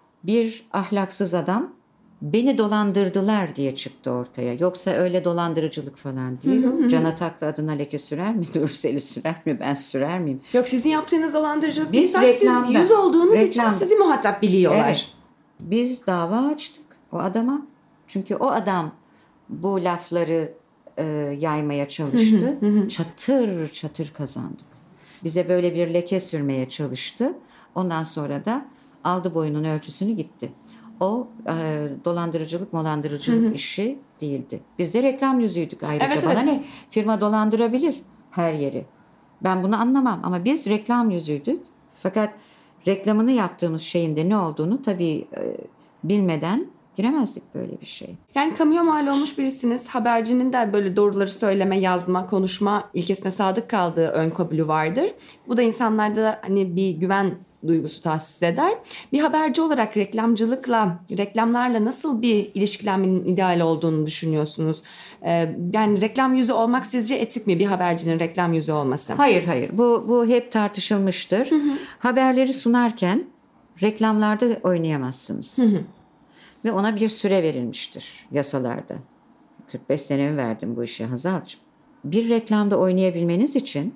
bir ahlaksız adam beni dolandırdılar diye çıktı ortaya. Yoksa öyle dolandırıcılık falan değil. Hı hı. Can Ataklı adına leke sürer mi? Nursel'i sürer mi? Ben sürer miyim? Yok, sizin yaptığınız dolandırıcılık değil. Sadece siz yüz olduğunuz reklamda. için sizi muhatap biliyorlar. Evet. Biz dava açtık o adama. Çünkü o adam bu lafları e, yaymaya çalıştı. Hı hı hı. Çatır çatır kazandık. Bize böyle bir leke sürmeye çalıştı. Ondan sonra da aldı boyunun ölçüsünü gitti. O e, dolandırıcılık molandırıcılık hı hı. işi değildi. Biz de reklam yüzüydük ayrıca. Evet, Bana evet. ne? Firma dolandırabilir her yeri. Ben bunu anlamam ama biz reklam yüzüydük. Fakat reklamını yaptığımız şeyin de ne olduğunu tabii e, bilmeden giremezdik böyle bir şey. Yani kamuya mal olmuş birisiniz. Habercinin de böyle doğruları söyleme, yazma, konuşma ilkesine sadık kaldığı ön kabulü vardır. Bu da insanlarda hani bir güven duygusu tahsis eder. Bir haberci olarak reklamcılıkla, reklamlarla nasıl bir ilişkilenmenin ideal olduğunu düşünüyorsunuz? Ee, yani reklam yüzü olmak sizce etik mi, bir habercinin reklam yüzü olması? Hayır hayır. Bu, bu hep tartışılmıştır. Hı hı. Haberleri sunarken reklamlarda oynayamazsınız. Hı hı. Ve ona bir süre verilmiştir yasalarda. kırk beş senemi verdim bu işe Hazal'cığım. Bir reklamda oynayabilmeniz için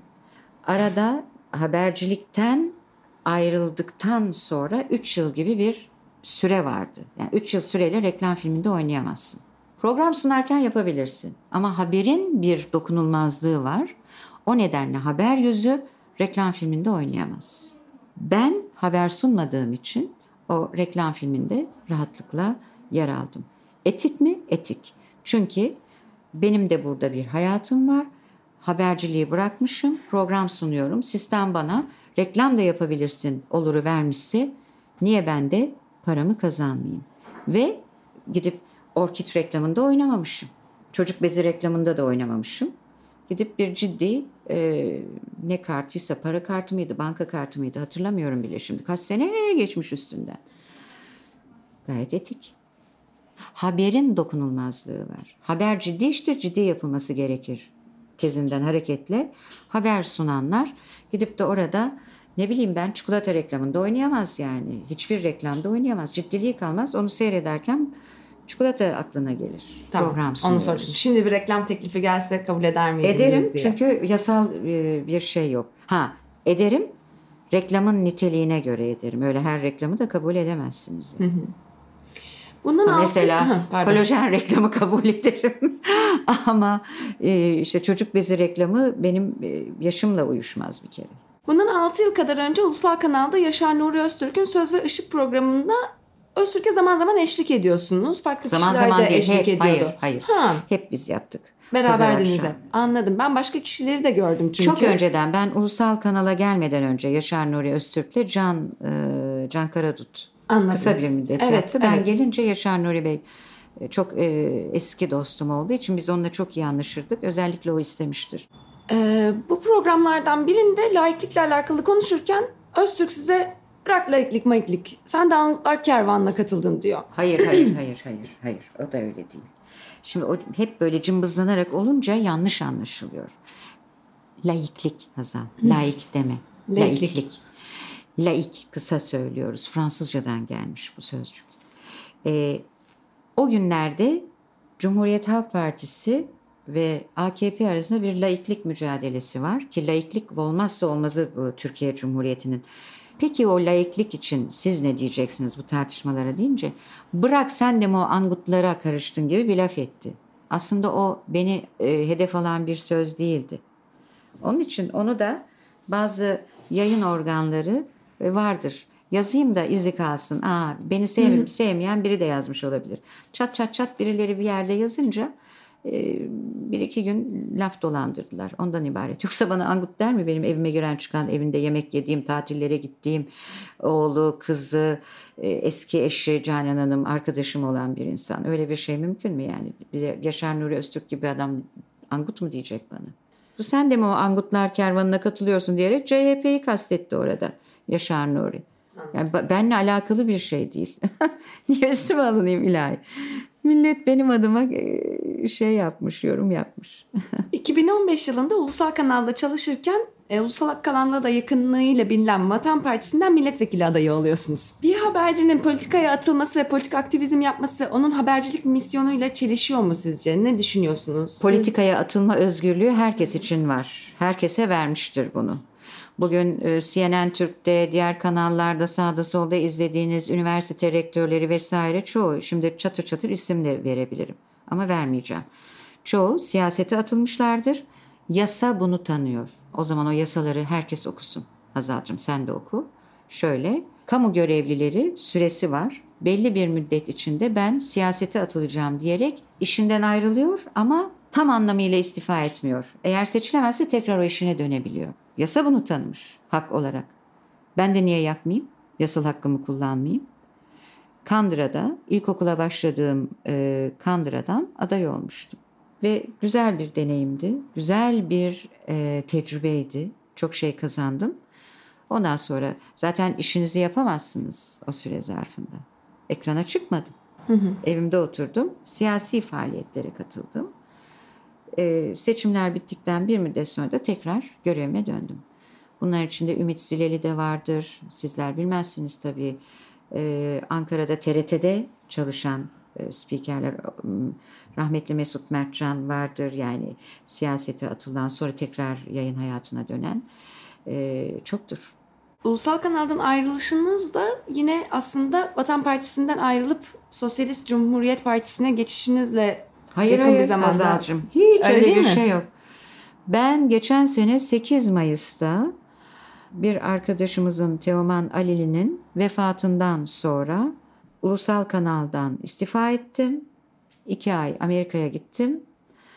arada habercilikten ayrıldıktan sonra üç yıl gibi bir süre vardı. Yani üç yıl süreyle reklam filminde oynayamazsın. Program sunarken yapabilirsin. Ama haberin bir dokunulmazlığı var. O nedenle haber yüzü reklam filminde oynayamaz. Ben haber sunmadığım için o reklam filminde rahatlıkla yer aldım. Etik mi? Etik. Çünkü Benim de burada bir hayatım var. Haberciliği bırakmışım. Program sunuyorum. Sistem bana reklam da yapabilirsin oluru vermişse niye ben de paramı kazanmayayım? Ve gidip Orkid reklamında oynamamışım. Çocuk bezi reklamında da oynamamışım. Gidip bir ciddi e, ne kartıysa, para kartı mıydı, banka kartı mıydı hatırlamıyorum bile şimdi. Kaç sene geçmiş üstünden. Gayet etik. Haberin dokunulmazlığı var. Haber ciddi iştir, ciddi yapılması gerekir. Tezinden hareketle haber sunanlar gidip de orada ne bileyim ben çikolata reklamında oynayamaz yani. Hiçbir reklamda oynayamaz. Ciddiliği kalmaz. Onu seyrederken çikolata aklına gelir. Tamam, program onu soracağım. Şimdi bir reklam teklifi gelse kabul eder miydiniz Ederim diye. Çünkü yasal bir şey yok. Ha ederim, reklamın niteliğine göre ederim. Öyle her reklamı da kabul edemezsiniz. Yani. Hı hı. Bundan altı... Mesela kolajen reklamı kabul ederim. Ama işte çocuk bezi reklamı benim yaşımla uyuşmaz bir kere. Bundan altı yıl kadar önce ulusal kanalda Yaşar Nuri Öztürk'ün Söz ve Işık programında Öztürk'e zaman zaman eşlik ediyorsunuz. Farklı zaman kişiler zaman de değil, eşlik hep, ediyordu. Hayır, hayır. Ha. Hep biz yaptık. Beraberdiniz hep. Anladım. Ben başka kişileri de gördüm çünkü. Çok önceden ben ulusal kanala gelmeden önce Yaşar Nuri Öztürk'le Can e, Can Karadut Anladım. Kısa bir müddet evet, yaptı. Ben evet. gelince Yaşar Nuri Bey çok e, eski dostum olduğu için biz onunla çok iyi anlaşırdık. Özellikle o istemiştir. Ee, bu programlardan birinde laiklikle alakalı konuşurken Öztürk size bırak laiklik maiklik sen de Anıtlar Kervanı'na katıldın diyor. Hayır hayır hayır hayır hayır o da öyle değil. Şimdi o hep böyle cımbızlanarak olunca yanlış anlaşılıyor. Laiklik Hazal. Laik deme. Laiklik. Laiklik. Laik kısa söylüyoruz. Fransızcadan gelmiş bu sözcük. Ee, o günlerde Cumhuriyet Halk Partisi ve A K P arasında bir laiklik mücadelesi var. Ki laiklik olmazsa olmazı bu Türkiye Cumhuriyeti'nin. Peki o laiklik için siz ne diyeceksiniz bu tartışmalara deyince? Bırak sen de mi o angutlara karıştın gibi bir laf etti. Aslında o beni e, hedef alan bir söz değildi. Onun için onu da bazı yayın organları vardır. Yazayım da izi kalsın. Aa, beni sev- sevmeyen biri de yazmış olabilir. Çat çat çat birileri bir yerde yazınca e, bir iki gün laf dolandırdılar. Ondan ibaret. Yoksa bana angut der mi? Benim evime giren çıkan, evinde yemek yediğim, tatillere gittiğim, oğlu, kızı, e, eski eşi Canan Hanım, arkadaşım olan bir insan. Öyle bir şey mümkün mü yani? Bir de Yaşar Nuri Öztürk gibi adam angut mu diyecek bana? Bu sen de mi o Angutlar Kervanı'na katılıyorsun diyerek C H P'yi kastetti orada Yaşar Nuri. Yani benimle alakalı bir şey değil. Niye üstüme alınayım ilahi? Millet benim adıma şey yapmış, yorum yapmış. iki bin on beş yılında ulusal kanalda çalışırken e, ulusal kanalda da yakınlığıyla bilinen Vatan Partisi'nden milletvekili adayı oluyorsunuz. Bir habercinin politikaya atılması ve politik aktivizm yapması onun habercilik misyonuyla çelişiyor mu sizce? Ne düşünüyorsunuz? Siz... Politikaya atılma özgürlüğü herkes için var. Herkese vermiştir bunu. Bugün C N N Türk'te, diğer kanallarda sağda solda izlediğiniz üniversite rektörleri vesaire çoğu, şimdi çatır çatır isim de verebilirim ama vermeyeceğim. Çoğu siyasete atılmışlardır. Yasa bunu tanıyor. O zaman o yasaları herkes okusun. Hazal'cığım sen de oku. Şöyle, kamu görevlileri süresi var. Belli bir müddet içinde ben siyasete atılacağım diyerek işinden ayrılıyor ama tam anlamıyla istifa etmiyor. Eğer seçilemezse tekrar o işine dönebiliyor. Yasa bunu tanımış hak olarak. Ben de niye yapmayayım? Yasal hakkımı kullanmayayım. Kandıra'da, ilkokula başladığım e, Kandıra'dan aday olmuştum. Ve güzel bir deneyimdi. Güzel bir e, tecrübeydi. Çok şey kazandım. Ondan sonra zaten işinizi yapamazsınız o süre zarfında. Ekrana çıkmadım. Hı hı. Evimde oturdum. Siyasi faaliyetlere katıldım. Ee, seçimler bittikten bir müddet sonra da tekrar görevime döndüm. Bunlar içinde Ümit Zileli de vardır. Sizler bilmezsiniz tabii. Ee, Ankara'da T R T'de çalışan e, spikerler, rahmetli Mesut Mertcan vardır. Yani siyasete atılan sonra tekrar yayın hayatına dönen e, çoktur. Ulusal kanaldan ayrılışınız da yine aslında Vatan Partisi'nden ayrılıp Sosyalist Cumhuriyet Partisi'ne geçişinizle hayır yakın hayır bir zamanda. Azal'cığım. Hiç öyle, öyle bir mi? şey yok. Ben geçen sene sekiz Mayıs'ta bir arkadaşımızın Teoman Alili'nin vefatından sonra ulusal kanaldan istifa ettim. İki ay Amerika'ya gittim.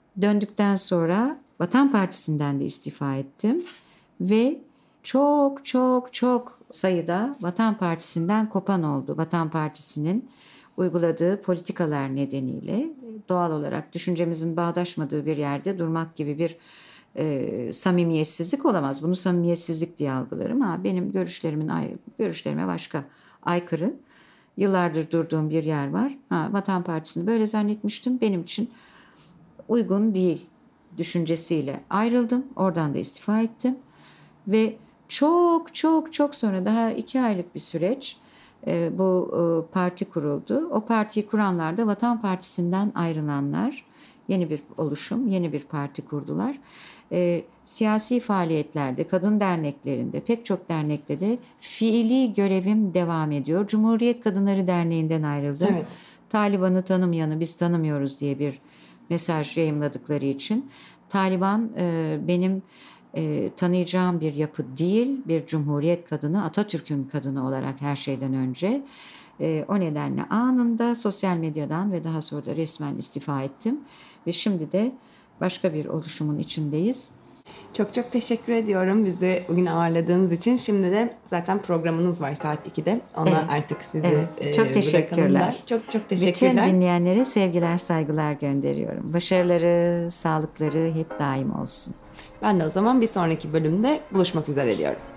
Döndükten sonra Vatan Partisi'nden de istifa ettim ve çok çok çok sayıda Vatan Partisi'nden kopan oldu. Vatan Partisi'nin uyguladığı politikalar nedeniyle doğal olarak düşüncemizin bağdaşmadığı bir yerde durmak gibi bir e, samimiyetsizlik olamaz. Bunu samimiyetsizlik diye algılarım. Ha, benim görüşlerimin görüşlerime başka aykırı. Yıllardır durduğum bir yer var. Ha, Vatan Partisi'ni böyle zannetmiştim. Benim için uygun değil düşüncesiyle ayrıldım. Oradan da istifa ettim. Ve çok çok çok sonra daha iki aylık bir süreç e, bu e, parti kuruldu. O partiyi kuranlar da Vatan Partisi'nden ayrılanlar. Yeni bir oluşum, yeni bir parti kurdular. E, siyasi faaliyetlerde, kadın derneklerinde, pek çok dernekte de fiili görevim devam ediyor. Cumhuriyet Kadınları Derneği'nden ayrıldım. Evet. Taliban'ı tanımayanı biz tanımıyoruz diye bir mesaj yayımladıkları için. Taliban e, benim e, tanıyacağım bir yapı değil, bir Cumhuriyet kadını, Atatürk'ün kadını olarak her şeyden önce. E, o nedenle anında sosyal medyadan ve daha sonra da resmen istifa ettim. Ve şimdi de başka bir oluşumun içindeyiz. Çok çok teşekkür ediyorum bizi bugün ağırladığınız için. Şimdi de zaten programınız var saat ikide. Ona evet, artık sizi evet. Çok teşekkürler. Çok çok teşekkürler. Bütün dinleyenlere sevgiler, saygılar gönderiyorum. Başarıları, sağlıkları hep daim olsun. Ben de o zaman bir sonraki bölümde buluşmak üzere diyorum.